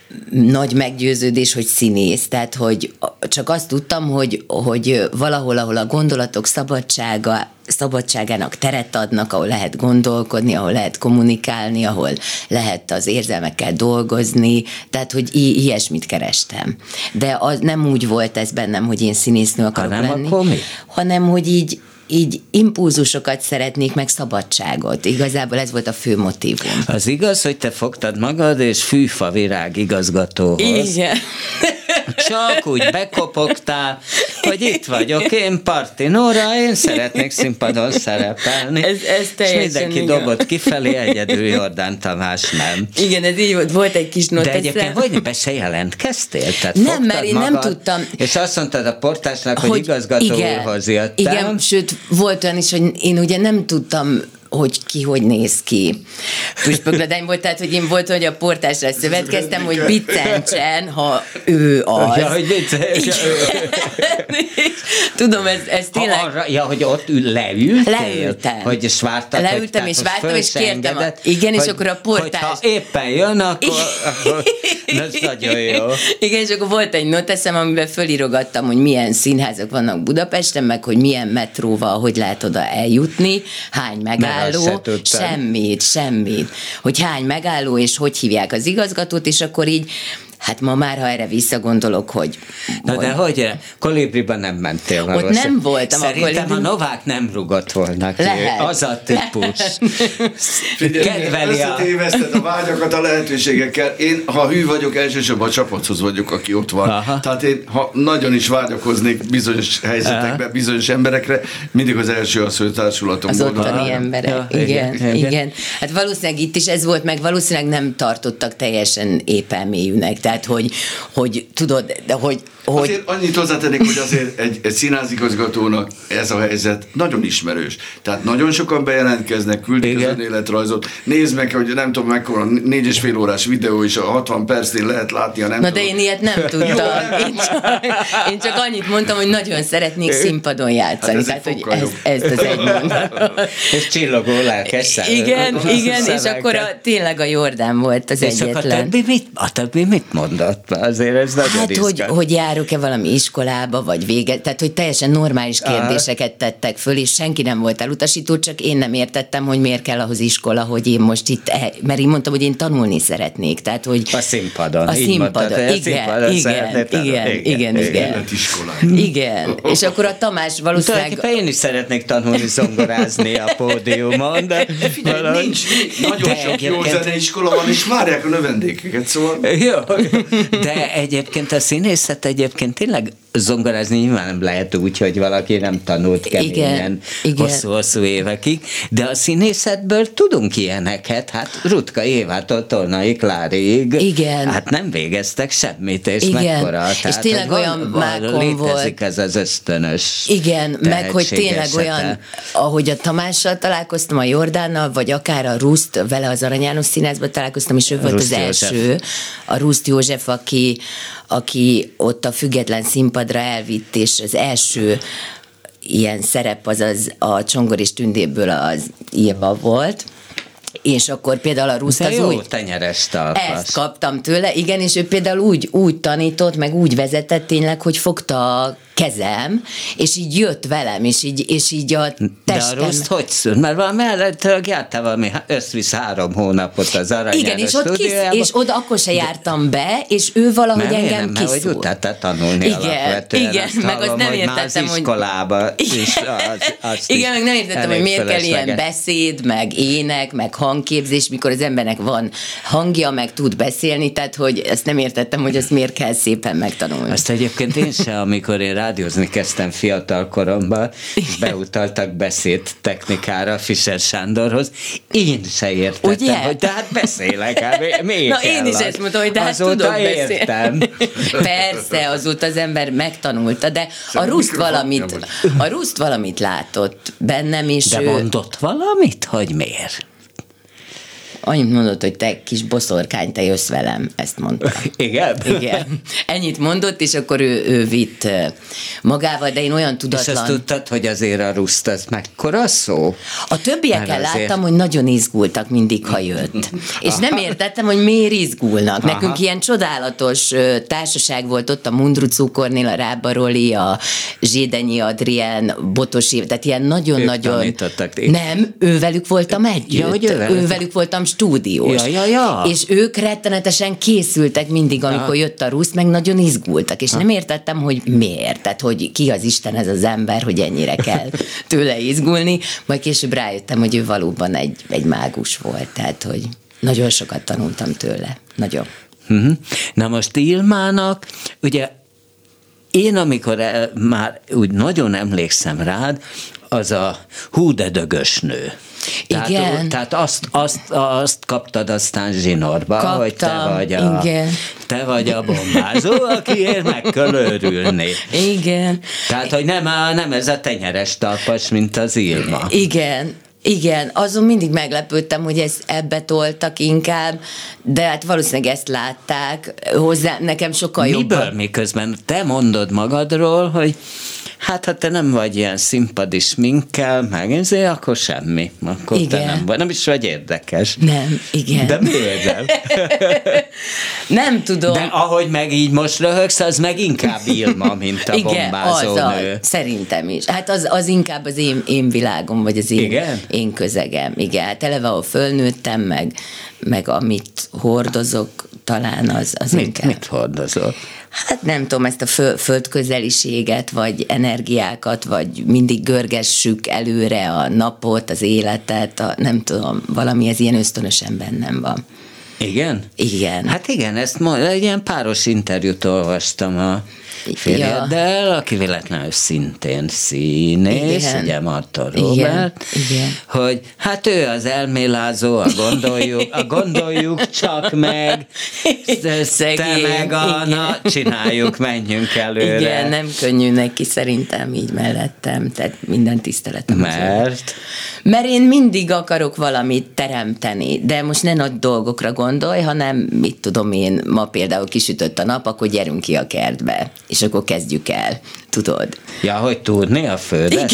D: nagy meggyőződés, hogy színész. Tehát, hogy csak azt tudtam, hogy valahol, ahol a gondolatok szabadságának teret adnak, ahol lehet gondolkodni, ahol lehet kommunikálni, ahol lehet az érzelmekkel dolgozni, tehát, hogy ilyesmit kerestem. De az nem úgy volt ez bennem, hogy én színésznő akarok lenni, hanem, hogy így impulzusosokat szeretnék, meg szabadságot. Igazából ez volt a fő motívum.
B: Az igaz, hogy te fogtad magad, és fűfavirág igazgatóhoz.
D: Igen.
B: Csak úgy bekopogtál, hogy itt vagyok, én Parti Nóra, én szeretnék színpadon szerepelni.
D: Ez
B: és mindenki dobott kifelé, egyedül Jordán Tamás nem.
D: Igen, ez így volt egy kis noteszem.
B: De egyébként hogy be se jelentkeztél? Tehát
D: nem, mert én nem tudtam.
B: És azt mondtad a portásnak, hogy igazgató úrhoz jöttem.
D: Igen, sőt, volt olyan is, hogy én ugye nem tudtam, hogy néz ki. Püspökladány volt, tehát, hogy én volt, hogy a portásra szövetkeztem, hogy biccentsen, ha ő az.
B: Ja, hogy biccentsen.
D: Tudom, ez tényleg...
B: hogy ott leültél?
D: Leültem.
B: Hogy és vártad,
D: leültem, és vártam, és kértem. Igen, és akkor a portás...
B: Ha éppen jön, akkor ez nagyon jó.
D: Igen, és akkor volt egy noteszem, amiben fölirogattam, hogy milyen színházak vannak Budapesten, meg hogy milyen metróval, hogy lehet oda eljutni, hány megálló, semmit. Hogy hány megálló, és hogy hívják az igazgatót, és akkor így hát ma már, ha erre visszagondolok, hogy...
B: Na de hogy? Kolibríban nem mentél.
D: Ott nem voltam.
B: Szerintem a Novák nem rugott volna ki.
D: Lehet.
B: Az a típus.
C: Kedveli összetéveszted a vágyakat a lehetőségekkel. Én, ha hű vagyok, elsősorban a csapathoz vagyok, aki ott van. Aha. Tehát én, ha nagyon is vágyakoznék bizonyos helyzetekbe, bizonyos emberekre, mindig az első az, hogy a társulatom
D: az ottani emberek. Ja, igen. Hát valószínűleg itt is ez volt, meg valószínűleg nem tartottak teljesen épelmélyűnek. Tehát, hogy tudod, de hogy...
C: Azért annyit hozzátennék, hogy azért egy színházigazgatónak ez a helyzet nagyon ismerős. Tehát nagyon sokan bejelentkeznek, küldik az önéletrajzot. Nézd meg, hogy nem tudom mekkora 4,5 órás videó is, a 60 percnél lehet látni, nem tudom.
D: De én ilyet nem tudtam. Én csak annyit mondtam, hogy nagyon szeretnék színpadon játszani. Hát tehát, hogy ez az egy mondat.
B: És csillogó lelkes.
D: Igen, és akkor tényleg a Jordán volt az egyetlen.
B: A többi mit mondott? Azért ez nagyon
D: hát, hogy járok-e valami iskolába, vagy vége, tehát, hogy teljesen normális kérdéseket tettek föl, és senki nem volt elutasító, csak én nem értettem, hogy miért kell ahhoz iskola, hogy én most itt, mert én mondtam, hogy én tanulni szeretnék, tehát, hogy...
B: A színpadon.
D: A színpadon, igen. Igen, és akkor a Tamás valószínűleg...
B: Én is szeretnék tanulni zongorázni a pódiumon, de...
C: Figyelj, nincs nagyon sok jó zeneiskola van, és várják a növendékeket, szóval...
B: Jó, de egyébként a színészet egyébként tényleg zongorázni nyilván nem lehet úgy, hogy valaki nem tanult keményen hosszú-hosszú évekig, de a színészetből tudunk ilyeneket, hát Rutka Évától Tolnai Kláriig, hát nem végeztek semmit, és mekkora. Tehát,
D: és tényleg olyan mákon volt.
B: Létezik ez az ösztönös.
D: Igen, meg hogy tényleg olyan, ahogy a Tamással találkoztam, a Jordánnal, vagy akár a Ruszt, vele az Arany János Színházban találkoztam, és ő volt Ruszt az első, a Ruszt József, aki ott a Független Színpadra elvitt, és az első ilyen szerep az a Csongor és Tündéből az Ilva volt, és akkor például a Ruszt az
B: úgy... tenyeres talpas.
D: Ezt kaptam tőle, igen, és ő például úgy tanított, meg úgy vezetett tényleg, hogy fogta a kezem, és így jött velem, és így a testem...
B: De a Ruszt hogy szűnt? Mert valami mellett jártál valami összvisz 3 hónapot az Arany
D: igen, és oda akkor se jártam be, és ő valahogy engem kiszúrt.
B: Mert hogy utána tanulni alapvetően.
D: Igen, meg azt nem értettem, hogy...
B: iskolába is
D: igen, meg nem értettem, hogy miért kell ilyen beszéd, meg ének, meg hangképzés, mikor az embernek van hangja, meg tud beszélni, tehát hogy ezt nem értettem, hogy ezt miért kell szépen megtanulni.
B: Azt egyébként én se, amikor én rádiózni kezdtem fiatal koromban, és beutaltak beszédtechnikára Fischer Sándorhoz, én se értettem, ugye? Hogy de hát beszélek, miért
D: na én is ezt mondtam, hogy de hát tudok beszélni.
B: Értem.
D: Persze, azóta az ember megtanulta, de a Ruszt valamit látott bennem is.
B: De mondott valamit, hogy miért?
D: annyit mondott, hogy te kis boszorkány, te jössz velem, ezt mondta.
B: Igen?
D: Igen. Ennyit mondott, és akkor ő vitt magával, de én olyan tudatlan...
B: És azt tudtad, hogy azért a Ruszt az mekkora szó?
D: A többiekkel láttam, hogy nagyon izgultak mindig, ha jött. És nem értettem, hogy miért izgulnak. Nekünk ilyen csodálatos társaság volt ott, a Mundru Cukornél, a Rába Roli, a Zsédenyi Adrien, Botosi, tehát ilyen nagyon-nagyon... Nem, ővelük voltam együtt. Ővelük voltam stúdiós.
B: Ja.
D: És ők rettenetesen készültek mindig, amikor jött a Rusz, meg nagyon izgultak, és nem értettem, hogy miért, tehát hogy ki az Isten ez az ember, hogy ennyire kell tőle izgulni, majd később rájöttem, hogy ő valóban egy mágus volt, tehát hogy nagyon sokat tanultam tőle, nagyon.
B: Na most Ilmának, ugye én amikor már úgy nagyon emlékszem rád, az a hú de dögös nő.
D: Igen.
B: Tehát azt kaptad aztán zsinórba, hogy te vagy a bombázó, akiért meg kell őrülni.
D: Igen.
B: Tehát, hogy nem ez a tenyeres talpas, mint az Ilma.
D: Igen, azon mindig meglepődtem, hogy ebbe toltak inkább, de hát valószínűleg ezt látták hozzá, nekem sokkal jobban.
B: Miből miközben te mondod magadról, hogy hát ha te nem vagy ilyen színpadi sminkkel, akkor semmi. Akkor igen. Te nem vagy. Nem is vagy érdekes.
D: Nem, igen.
B: De miért nem?
D: Nem tudom.
B: De ahogy meg így most röhögsz, az meg inkább Ilma, mint a bombázó nő.
D: Szerintem is. Hát az inkább az én világom, vagy az én közegem. Igen, hát eleve ahol fölnőttem, meg amit hordozok, talán az inkább.
B: Mit hordozol?
D: Hát nem tudom, ezt a földközeliséget, vagy energiákat, vagy mindig görgessük előre a napot, az életet, nem tudom, valami ez ilyen ösztönösen bennem van.
B: Igen?
D: Igen.
B: Hát igen, egy ilyen páros interjút olvastam a férjeddel, aki véletlenül szintén színész, igen. Ugye Marton Róbert,
D: igen.
B: Hogy hát ő az elmélázó, a gondoljuk csak meg, te meg csináljuk, menjünk előre.
D: Igen, nem könnyű neki szerintem így mellettem, tehát minden tiszteletem. Mert én mindig akarok valamit teremteni, de most ne nagy dolgokra gondolj, hanem mit tudom én, ma például kisütött a nap, akkor gyerünk ki a kertbe, és akkor kezdjük el, tudod.
B: Ja, hogy tudni a földet?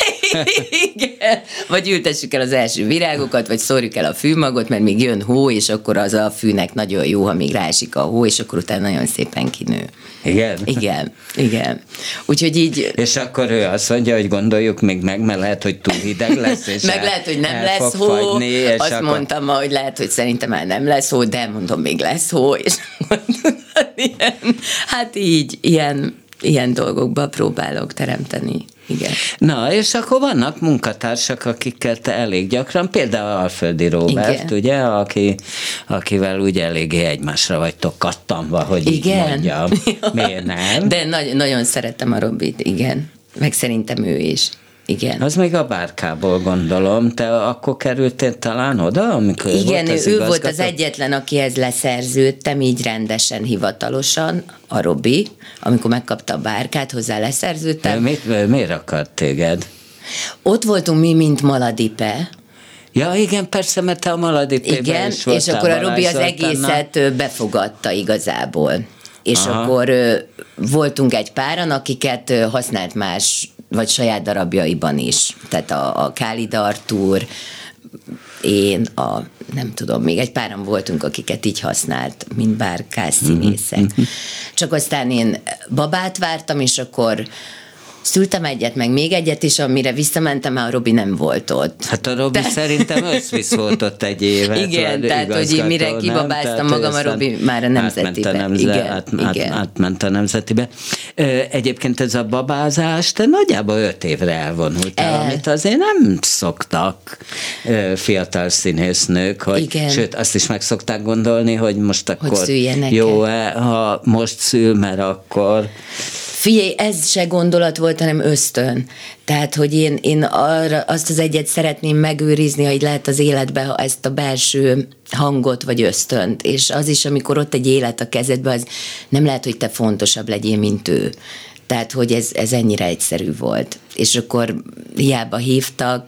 D: Igen. Vagy ültessük el az első virágokat, vagy szórjuk el a fűmagot, mert még jön hó, és akkor az a fűnek nagyon jó, ha még ráesik a hó, és akkor utána nagyon szépen kinő.
B: Igen?
D: Igen. Úgyhogy így...
B: És akkor ő azt mondja, hogy gondoljuk még meg, mert lehet, hogy túl hideg lesz, és
D: meg lehet, hogy nem lesz hó. Fagyni, azt akkor... mondtam ma, hogy lehet, hogy szerintem már nem lesz hó, de mondom, még lesz hó, és hát így, ilyen dolgokba próbálok teremteni. Igen.
B: Na, és akkor vannak munkatársak, akikkel te elég gyakran, például Alföldi Róbert, igen. Ugye, akivel ugye eléggé egymásra vagytok kattanva, hogy igen. Így mondjam. Miért nem?
D: De nagyon szeretem a Robit, igen. Meg szerintem ő is. Igen.
B: Az még a Bárkából gondolom. Te akkor kerültél talán oda, amikor
D: igen,
B: volt az
D: ő volt az egyetlen, akihez leszerződtem, így rendesen, hivatalosan, a Robi, amikor megkapta a Bárkát, hozzá leszerződtem.
B: Miért akart téged?
D: Ott voltunk mi, mint Maladipe.
B: Ja, igen, persze, mert te a Maladipében is voltál.
D: És akkor a Robi az egészet befogadta igazából. És akkor voltunk egy páran, akiket használt más vagy saját darabjaiban is. Tehát a Kálid Artúr, én, nem tudom, még egy páran voltunk, akiket így használt, mint bárkás színészek. Csak aztán én babát vártam, és akkor szültem egyet, meg még egyet, és amire visszamentem, már a Robi nem volt ott.
B: Hát a Robi szerintem összvisz volt ott egy évet.
D: Igen, tehát hogy mire kibabáztam magam, a Robi már a Nemzetibe.
B: Átment a Nemzetibe. Egyébként ez a babázás, te nagyjából 5 évre elvonultál, amit azért nem szoktak fiatal színésznők, hogy, sőt, azt is meg szokták gondolni, hogy most akkor jó-e, ha most szül, mert akkor...
D: Figyelj, ez se gondolat volt, hanem ösztön. Tehát, hogy én arra azt az egyet szeretném megőrizni, hogy lehet az életbe, ha ezt a belső hangot vagy ösztönt. És az is, amikor ott egy élet a kezedben, az nem lehet, hogy te fontosabb legyél, mint ő. Tehát, hogy ez ennyire egyszerű volt. És akkor hiába hívtak,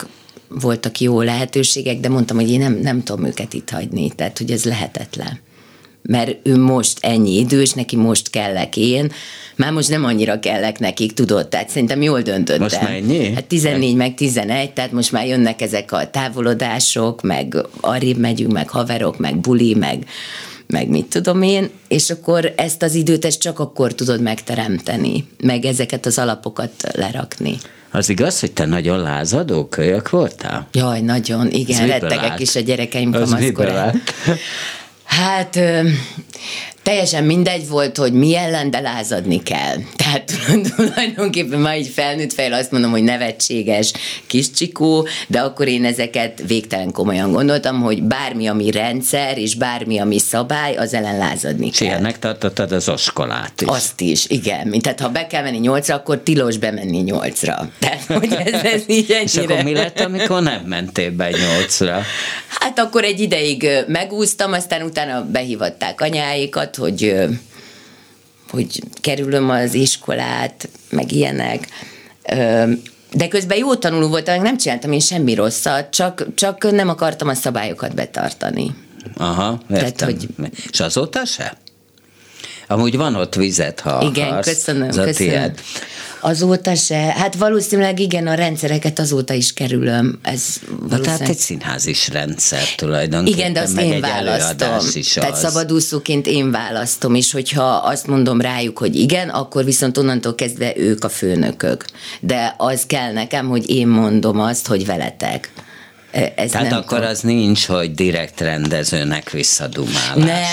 D: voltak jó lehetőségek, de mondtam, hogy én nem tudom őket itt hagyni, tehát hogy ez lehetetlen. Mert ő most ennyi idős, neki most kellek én, már most nem annyira kellek nekik, tudod, tehát szerintem jól döntöttem.
B: Most mennyi?
D: Hát 14 meg 11, tehát most már jönnek ezek a távolodások, meg arrébb megyünk, meg haverok, meg buli, meg mit tudom én, és akkor ezt az időt ezt csak akkor tudod megteremteni, meg ezeket az alapokat lerakni.
B: Az igaz, hogy te nagyon lázadó kölyök voltál?
D: Jaj, nagyon, igen, rettegek is a gyerekeim kamaszkorán. Hát teljesen mindegy volt, hogy mi ellen, de lázadni kell. Tehát tulajdonképpen már így felnőtt fejl azt mondom, hogy nevetséges kis csikó, de akkor én ezeket végtelen komolyan gondoltam, hogy bármi, ami rendszer, és bármi, ami szabály, az ellen lázadni kell.
B: Ilyennek tartottad az oskolát is.
D: Azt is, igen. Tehát ha be kell menni 8-ra, akkor tilos bemenni 8-ra. Tehát, hogy ez így ennyire.
B: És akkor mi lett, amikor nem mentél be 8-ra?
D: Hát akkor egy ideig megúsztam, aztán utána behívatták anyáikat, hogy kerülöm az iskolát, meg ilyenek. De közben jó tanuló voltam, nem csináltam én semmi rosszat, csak nem akartam a szabályokat betartani.
B: Aha, értem. Tehát, hogy... És azóta se? Amúgy van ott vizet, ha
D: igen,
B: akarsz.
D: köszönöm. Tiéd. Azóta se. Hát valószínűleg igen, a rendszereket azóta is kerülöm.
B: Tehát egy színházis rendszer tulajdonképpen.
D: Igen, de azt én választom. Tehát szabadúszóként én választom, és hogyha azt mondom rájuk, hogy igen, akkor viszont onnantól kezdve ők a főnökök. De az kell nekem, hogy én mondom azt, hogy veletek.
B: Tehát akkor az nincs, hogy direkt rendezőnek visszadumálás.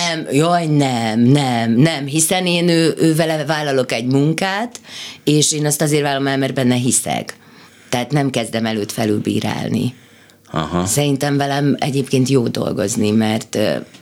D: Nem, hiszen én ő vele vállalok egy munkát, és én azt azért vállalom el, mert benne hiszek. Tehát nem kezdem előtt felülbírálni.
B: Aha.
D: Szerintem velem egyébként jó dolgozni, mert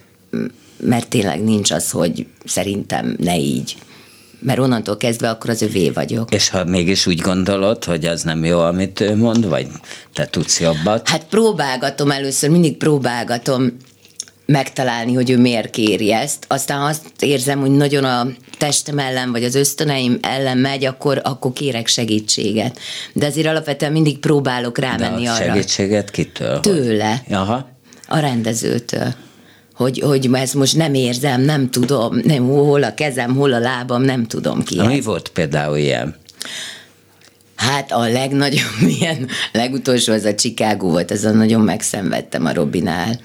D: tényleg nincs az, hogy szerintem ne így. Mert onnantól kezdve akkor az övé vagyok.
B: És ha mégis úgy gondolod, hogy az nem jó, amit ő mond, vagy te tudsz jobbat?
D: Hát próbálgatom először, mindig próbálgatom megtalálni, hogy ő miért kéri ezt. Aztán azt érzem, hogy nagyon a testem ellen, vagy az ösztöneim ellen megy, akkor kérek segítséget. De azért alapvetően mindig próbálok rámenni arra.
B: Segítséget kitől?
D: Tőle.
B: Aha.
D: A rendezőtől. Hogy ezt most nem érzem, nem tudom, nem, hol a kezem, hol a lábam, nem tudom ki.
B: Mi volt például ilyen?
D: Hát a legnagyobb ilyen, legutolsó az a Chicago volt, azon nagyon megszenvedtem a Robinál.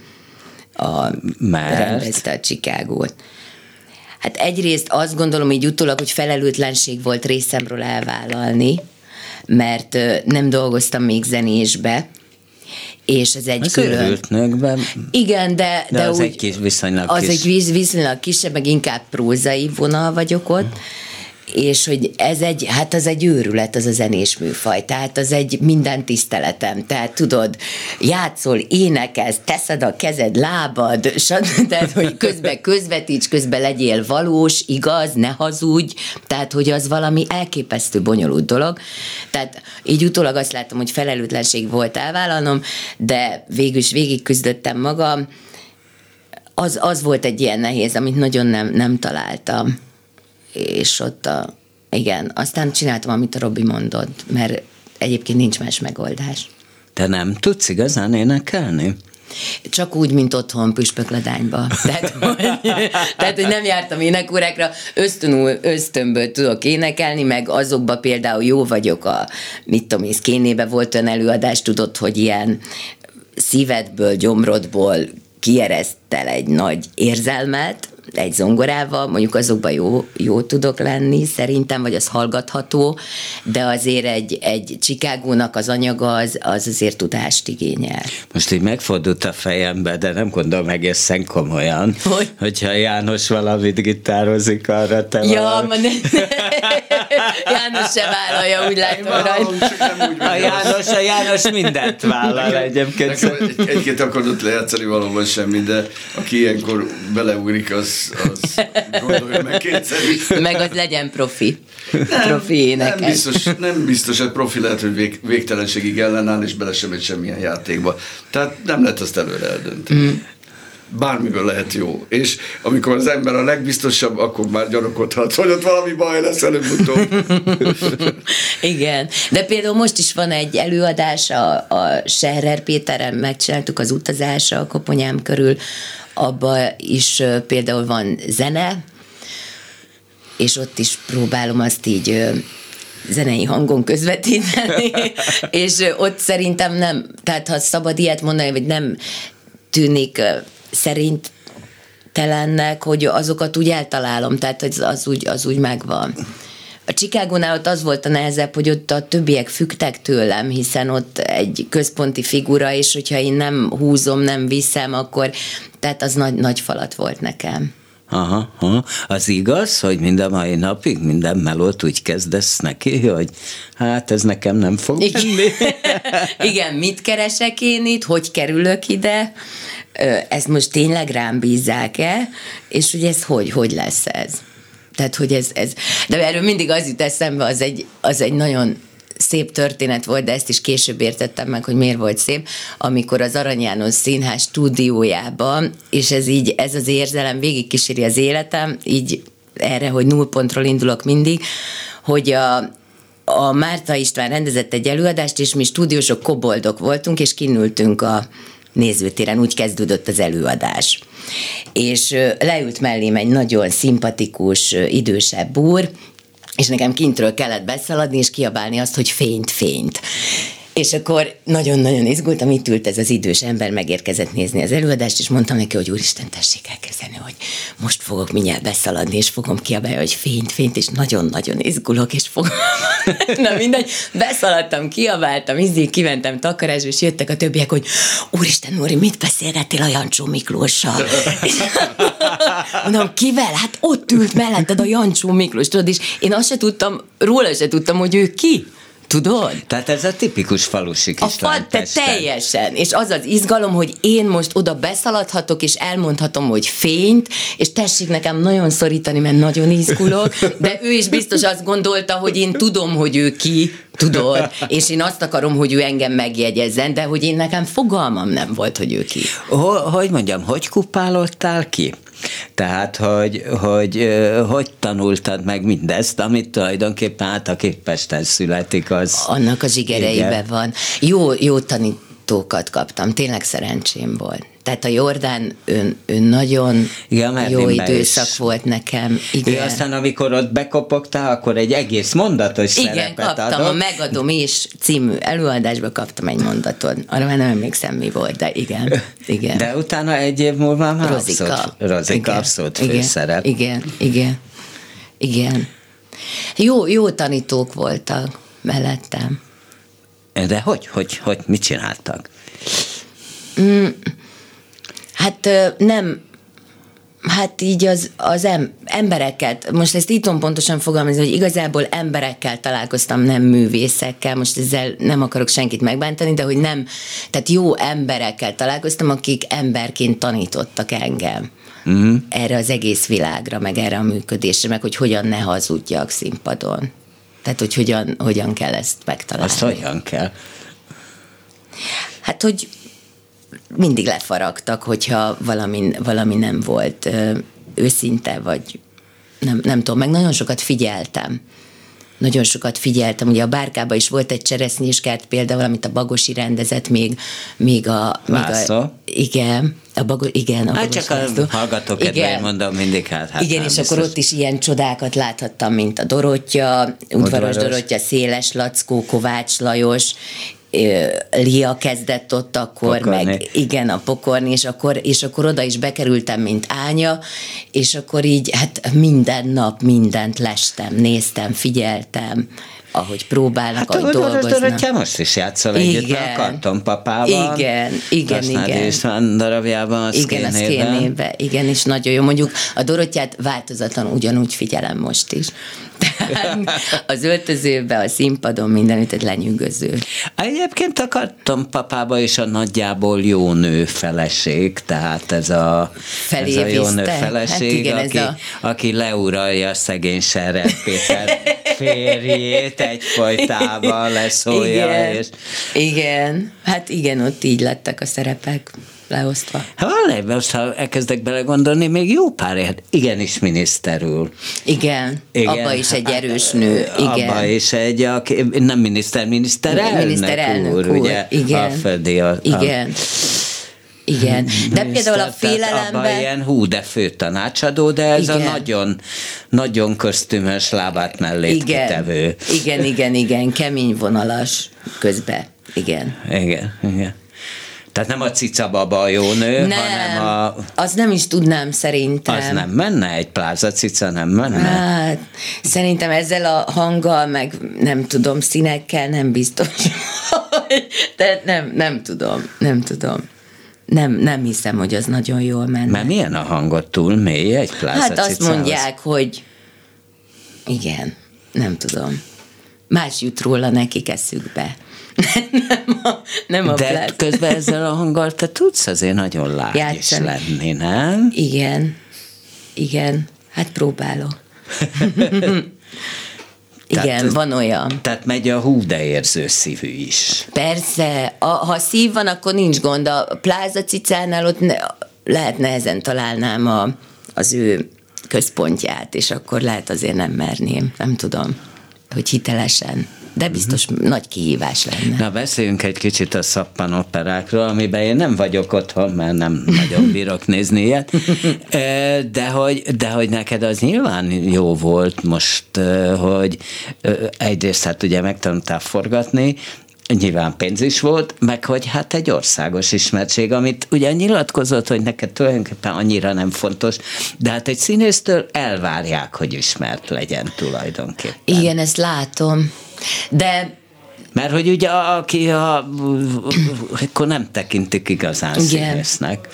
D: Rendezte a Chicagót. Hát egyrészt azt gondolom így utólag, hogy felelőtlenség volt részemről elvállalni, mert nem dolgoztam még zenésbe, és ez egy külön...
B: nőkben.
D: Igen, de
B: az
D: úgy,
B: egy kis viszonylag
D: az egy viszonylag kisebb, meg inkább prózai vonal vagyok ott, és hogy az egy őrület, az a zenés műfaj, tehát az egy minden tiszteletem, tehát tudod, játszol, énekelsz, teszed a kezed, lábad, tehát hogy közben közvetíts, közben legyél valós, igaz, ne hazudj, tehát hogy az valami elképesztő bonyolult dolog, tehát így utólag azt látom, hogy felelőtlenség volt elvállalnom, de végül is végig küzdöttem magam, az volt egy ilyen nehéz, amit nagyon nem találtam. És ott igen, aztán csináltam, amit a Robi mondott, mert egyébként nincs más megoldás.
B: Te nem tudsz igazán énekelni?
D: Csak úgy, mint otthon Püspökladányba. Tehát, hogy nem jártam énekórákra, ösztönből tudok énekelni, meg azokba például jó vagyok mit tudom én, Szkénébe volt olyan előadás, tudod, hogy ilyen szívedből, gyomrodból kieresztel egy nagy érzelmet, egy zongorával, mondjuk azokban jó tudok lenni, szerintem, vagy az hallgatható, de azért egy Chicagónak az anyaga az azért tudást igényel.
B: Most így megfordult a fejembe, de nem gondolom egészen komolyan, hogyha János valamit gitározik, arra te
D: valami. János se vállalja, úgy látom
C: rajta.
B: A János mindent vállal egyébként.
C: Egy-két akardot lejátszani valóban semmi, de aki ilyenkor beleugrik, az gondolja meg kétszer is.
D: Meg az legyen profi. Profi énekes.
C: Nem biztos, hogy profi lehet, hogy végtelenségig ellenáll, és bele sem megy semmilyen játékba. Tehát nem lehet azt előre eldönteni. bármiből lehet jó. És amikor az ember a legbiztosabb, akkor már gyanakodhat, hogy ott valami baj lesz előbb-utóbb.
D: Igen, de például most is van egy előadás, a Scherrer Péterrel megcsináltuk az Utazása a Koponyám körül, abban is például van zene, és ott is próbálom azt így zenei hangon közvetíteni, és ott szerintem nem, tehát ha szabad ilyet mondani, vagy nem tűnik szerintelennek, hogy azokat úgy eltalálom, tehát az úgy megvan. A Chicagónál ott az volt a nehezebb, hogy ott a többiek függtek tőlem, hiszen ott egy központi figura, és hogyha én nem húzom, nem viszem, akkor tehát az nagy falat volt nekem.
B: Aha. Az igaz, hogy mind a mai napig minden melót úgy kezdesz neki, hogy hát ez nekem nem fog menni.
D: Igen, mit keresek én itt, hogy kerülök ide, ezt most tényleg rám bízzák-e, és hogy ez hogy lesz ez? Tehát, hogy ez. De erről mindig az jut eszembe, az egy nagyon szép történet volt, de ezt is később értettem meg, hogy miért volt szép, amikor az Arany János Színház stúdiójában, és ez az érzelem végigkíséri az életem, így erre, hogy nullpontról indulok mindig, hogy a Márta István rendezett egy előadást, és mi stúdiósok koboldok voltunk, és kinültünk a nézőtéren, úgy kezdődött az előadás. És leült mellém egy nagyon szimpatikus, idősebb úr, és nekem kintről kellett beszaladni, és kiabálni azt, hogy fényt. És akkor nagyon-nagyon izgultam, itt ült ez az idős ember, megérkezett nézni az előadást, és mondtam neki, hogy úristen, tessék elkezdeni, hogy most fogok mindjárt beszaladni, és fogom kiabálni, hogy fényt, és nagyon-nagyon izgulok, és fogom... Na mindegy, beszaladtam, kiabáltam, kimentem takarásba, és jöttek a többiek, hogy úristen, Nóri, mit beszélgettél a Jancsó Miklóssal? Mondom, kivel? Hát ott ült melletted a Jancsó Miklós, tudod, és én azt se tudtam, róla se tudtam, hogy ő ki. Tudod?
B: Tehát ez a tipikus falusi kislány.
D: Teljesen. És az az izgalom, hogy én most oda beszaladhatok, és elmondhatom, hogy fényt, és tessék nekem nagyon szorítani, mert nagyon izgulok, de ő is biztos azt gondolta, hogy én tudom, hogy ő ki, tudod, és én azt akarom, hogy ő engem megjegyezzen, de hogy én nekem fogalmam nem volt, hogy ő ki.
B: Hogy mondjam, hogy kupálódtál ki? Tehát, hogy tanultad meg mindezt, amit tulajdonképpen hát a Képesten születik, az...
D: Annak a zsigereibe van. Jó tanítókat kaptam, tényleg szerencsém volt. Tehát a Jordán, ő nagyon jó időszak volt nekem.
B: Igen. Aztán amikor ott bekopogtál, akkor egy egész mondatos szerepet
D: kaptam,
B: adott.
D: a Megadom is című előadásba kaptam egy mondatot. Arra már nem emlékszem, mi volt, de igen.
B: De utána egy év múlva már Rozika abszolút főszerep.
D: Igen. Jó tanítók voltak mellettem.
B: De hogy mit csináltak?
D: Hát nem, hát így az emberekkel, most ezt így tudom pontosan fogalmazni, hogy igazából emberekkel találkoztam, nem művészekkel, most ezzel nem akarok senkit megbántani, de hogy nem, tehát jó emberekkel találkoztam, akik emberként tanítottak engem. Erre az egész világra, meg erre a működésre, meg hogy hogyan ne hazudjak színpadon. Tehát, hogy hogyan kell ezt megtalálni.
B: Azt hogyan kell?
D: Hát, hogy mindig lefaragtak, hogyha valami nem volt őszinte, vagy nem tudom, meg nagyon sokat figyeltem. Ugye a Bárkában is volt egy cseresznyéskert például, amit a Bagosi rendezett még a igen, a
B: hát csak a hallgatók kedvéért mondom mindig, hát
D: igen, és biztos. Akkor ott is ilyen csodákat láthattam, mint a Dorottya, Udvaros Dorottya, Széles Lackó, Kovács Lajos, Lia kezdett ott akkor, Pokorni. Meg igen, a Pokorni, és akkor oda is bekerültem, mint Ánya, és akkor így hát minden nap mindent lestem, néztem, figyeltem, ahogy próbálnak, ahogy dolgoznak.
B: Dorottya most is játszol együtt a Kartonpapával.
D: Igen.
B: István darabjában, a Szkénében.
D: Igen, és nagyon jó. Mondjuk a Dorottyát változatlan ugyanúgy figyelem most is. Az öltözőben, a színpadon mindenütt lenyűgöző.
B: Egyébként a Kartonpapában is a nagyjából jó nő feleség, tehát ez a jó nő feleség, hát igen, aki leuralja szegény Scherrer Péter férjét egyfolytában leszólja.
D: Igen, hát igen, ott így lettek a szerepek. leosztva.
B: Most, ha elkezdek belegondolni, még jó pár igenis miniszterül.
D: Igen, abba is egy erős nő. Igen.
B: Abba is egy, nem miniszterelnök úr, ugye?
D: Igen.
B: Alföldi
D: igen. Igen, de például a félelemben...
B: Abban ilyen de fő tanácsadó, de ez igen. A nagyon, nagyon köztümös lábát mellét
D: igen.
B: kitevő.
D: Igen, kemény vonalas közbe. Igen.
B: Tehát nem a cicababa a jó nő,
D: nem,
B: hanem a...
D: az nem is tudnám szerintem.
B: Az nem menne? Egy pláza cica nem menne?
D: Hát, szerintem ezzel a hanggal, meg nem tudom, színekkel nem biztos. Tehát nem tudom. Nem hiszem, hogy az nagyon jól menne.
B: Mert milyen a hangot, túl mély egy pláza
D: Hát azt
B: cicához?
D: mondják, hogy igen, nem tudom. Más jut róla nekik eszükbe. nem a
B: de
D: pláza.
B: Közben ezzel a hanggal te tudsz azért nagyon lágy játszani is lenni, nem?
D: Igen. Hát próbálok. Igen, van olyan.
B: Tehát megy a de érző szívű is.
D: Persze, ha szív van, akkor nincs gond. A pláza cicánál ott lehet nehezen találnám az ő központját, és akkor lehet azért nem merném, nem tudom, hogy hitelesen. De biztos nagy kihívás lenne.
B: Na, beszéljünk egy kicsit a szappanoperákról, amiben én nem vagyok otthon, mert nem nagyon bírok nézni ilyet, de hogy neked az nyilván jó volt most, hogy egyrészt hát ugye megtanultál forgatni, nyilván pénz is volt, meg hogy hát egy országos ismertség, amit ugye nyilatkozott, hogy neked tulajdonképpen annyira nem fontos, de hát egy színésztől elvárják, hogy ismert legyen tulajdonképpen.
D: Igen, ezt látom. De...
B: Mert hogy ugye akkor nem tekintik igazán színésznek.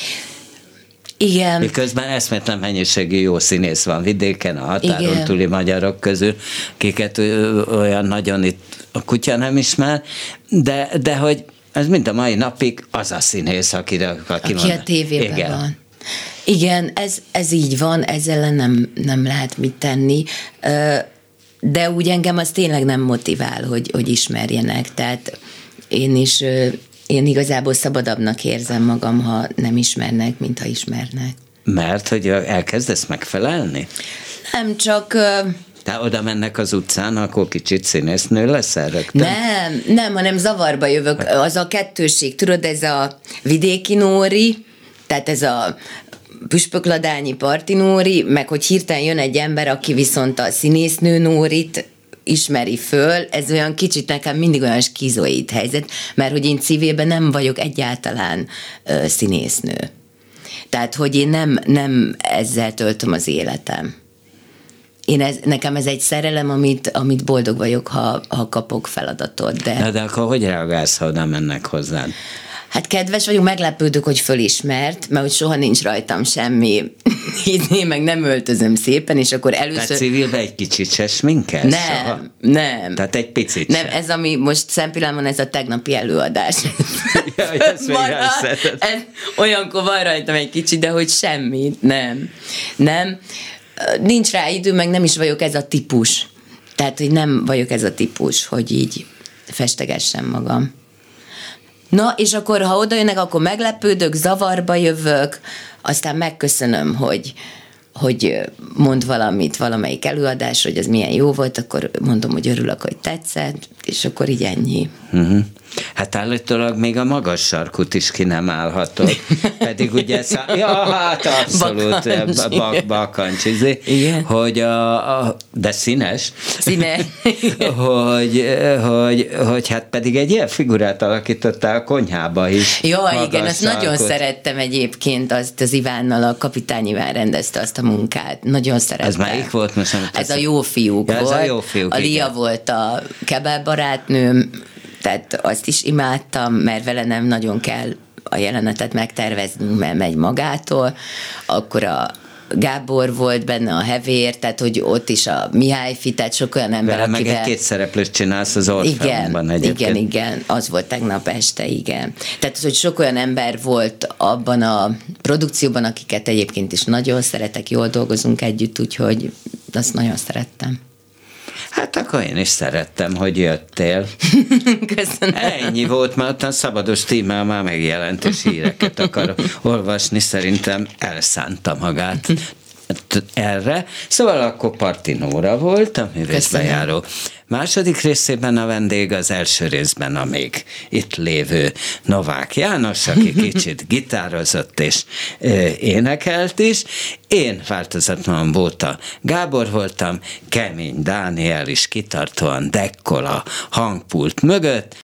D: Igen.
B: Miközben eszméletlen mennyiségű jó színész van vidéken, a határon túli magyarok közül, akiket olyan nagyon itt a kutya nem ismer, de hogy ez mind a mai napig az a színész, aki
D: a tévében van. Igen, ez így van, ezzel nem lehet mit tenni, de úgy engem az tényleg nem motivál, hogy ismerjenek, tehát én igazából szabadabbnak érzem magam, ha nem ismernek, mint ha ismernek.
B: Mert hogy elkezdesz megfelelni?
D: Nem, csak...
B: Te oda mennek az utcán, akkor kicsit színésznő leszel rögtön?
D: Nem, hanem zavarba jövök. Az a kettőség, tudod, ez a vidéki Nóri, tehát ez a püspökladányi parti Nóri, meg hogy hirtelen jön egy ember, aki viszont a színésznő Nórit ismeri föl, ez olyan kicsit nekem mindig olyan skizoid helyzet, mert hogy én civilben nem vagyok egyáltalán színésznő. Tehát, hogy én nem ezzel töltöm az életem. Nekem ez egy szerelem, amit boldog vagyok, ha kapok feladatot.
B: De akkor hogy reagálsz, ha oda mennek hozzád?
D: Hát kedves vagyok, meglepődök, hogy fölismert, mert hogy soha nincs rajtam semmi, én meg nem öltözöm szépen, és akkor először...
B: Tehát civilben egy kicsit se sminkes?
D: Nem.
B: Tehát egy picit
D: nem, ez ami most Szentpillámon, ez a tegnapi előadás.
B: Jaj, ezt még
D: olyankor van rajtam egy kicsit, de hogy semmi, nem. Nincs rá idő, meg nem is vagyok ez a típus. Tehát, hogy nem vagyok ez a típus, hogy így festegessem magam. Na, és akkor, ha oda jönnek, akkor meglepődök, zavarba jövök, aztán megköszönöm, hogy mond valamelyik előadás, hogy az milyen jó volt, akkor mondom, hogy örülök, hogy tetszett, és akkor így ennyi.
B: Uh-huh. Hát állítólag még a magas sarkut is ki nem állhatod, pedig ugye hát abszolút bakancs, hogy de színes, hogy hát pedig egy ilyen figurát alakítottál a konyhába is.
D: Ja, igen, azt nagyon szerettem egyébként, azt az Ivánnal, a Kapitány Iván rendezte azt a munkát, nagyon szerettem.
B: Ez melyik volt most?
D: Ez a Jó fiúk volt.
B: Ez a Jó fiúk,
D: a Lia volt a kebab barátnőm, tehát azt is imádtam, mert vele nem nagyon kell a jelenetet megterveznünk, mert megy magától. Akkor a Gábor volt benne, a Hevér, tehát hogy ott is a Mihály Fi, tehát sok olyan ember,
B: vele akivel... meg egy 2 szereplőt csinálsz az Orfeumban egyébként.
D: Igen, az volt tegnap este, igen. Tehát az, hogy sok olyan ember volt abban a produkcióban, akiket egyébként is nagyon szeretek, jól dolgozunk együtt, úgyhogy azt nagyon szerettem.
B: Hát Hát akkor én is szerettem, hogy jöttél.
D: Köszönöm.
B: Ennyi volt, mert ottan Szabados Tímea már megjelent, és híreket akar olvasni, szerintem elszánta magát erre. Szóval akkor Parti Nóra volt, a művészbejáró második részében a vendég, az első részben a még itt lévő Novák János, aki kicsit gitározott és énekelt is. Én változatlanul Bóta Gábor voltam, Kemény Dániel is kitartóan dekkol a hangpult mögött.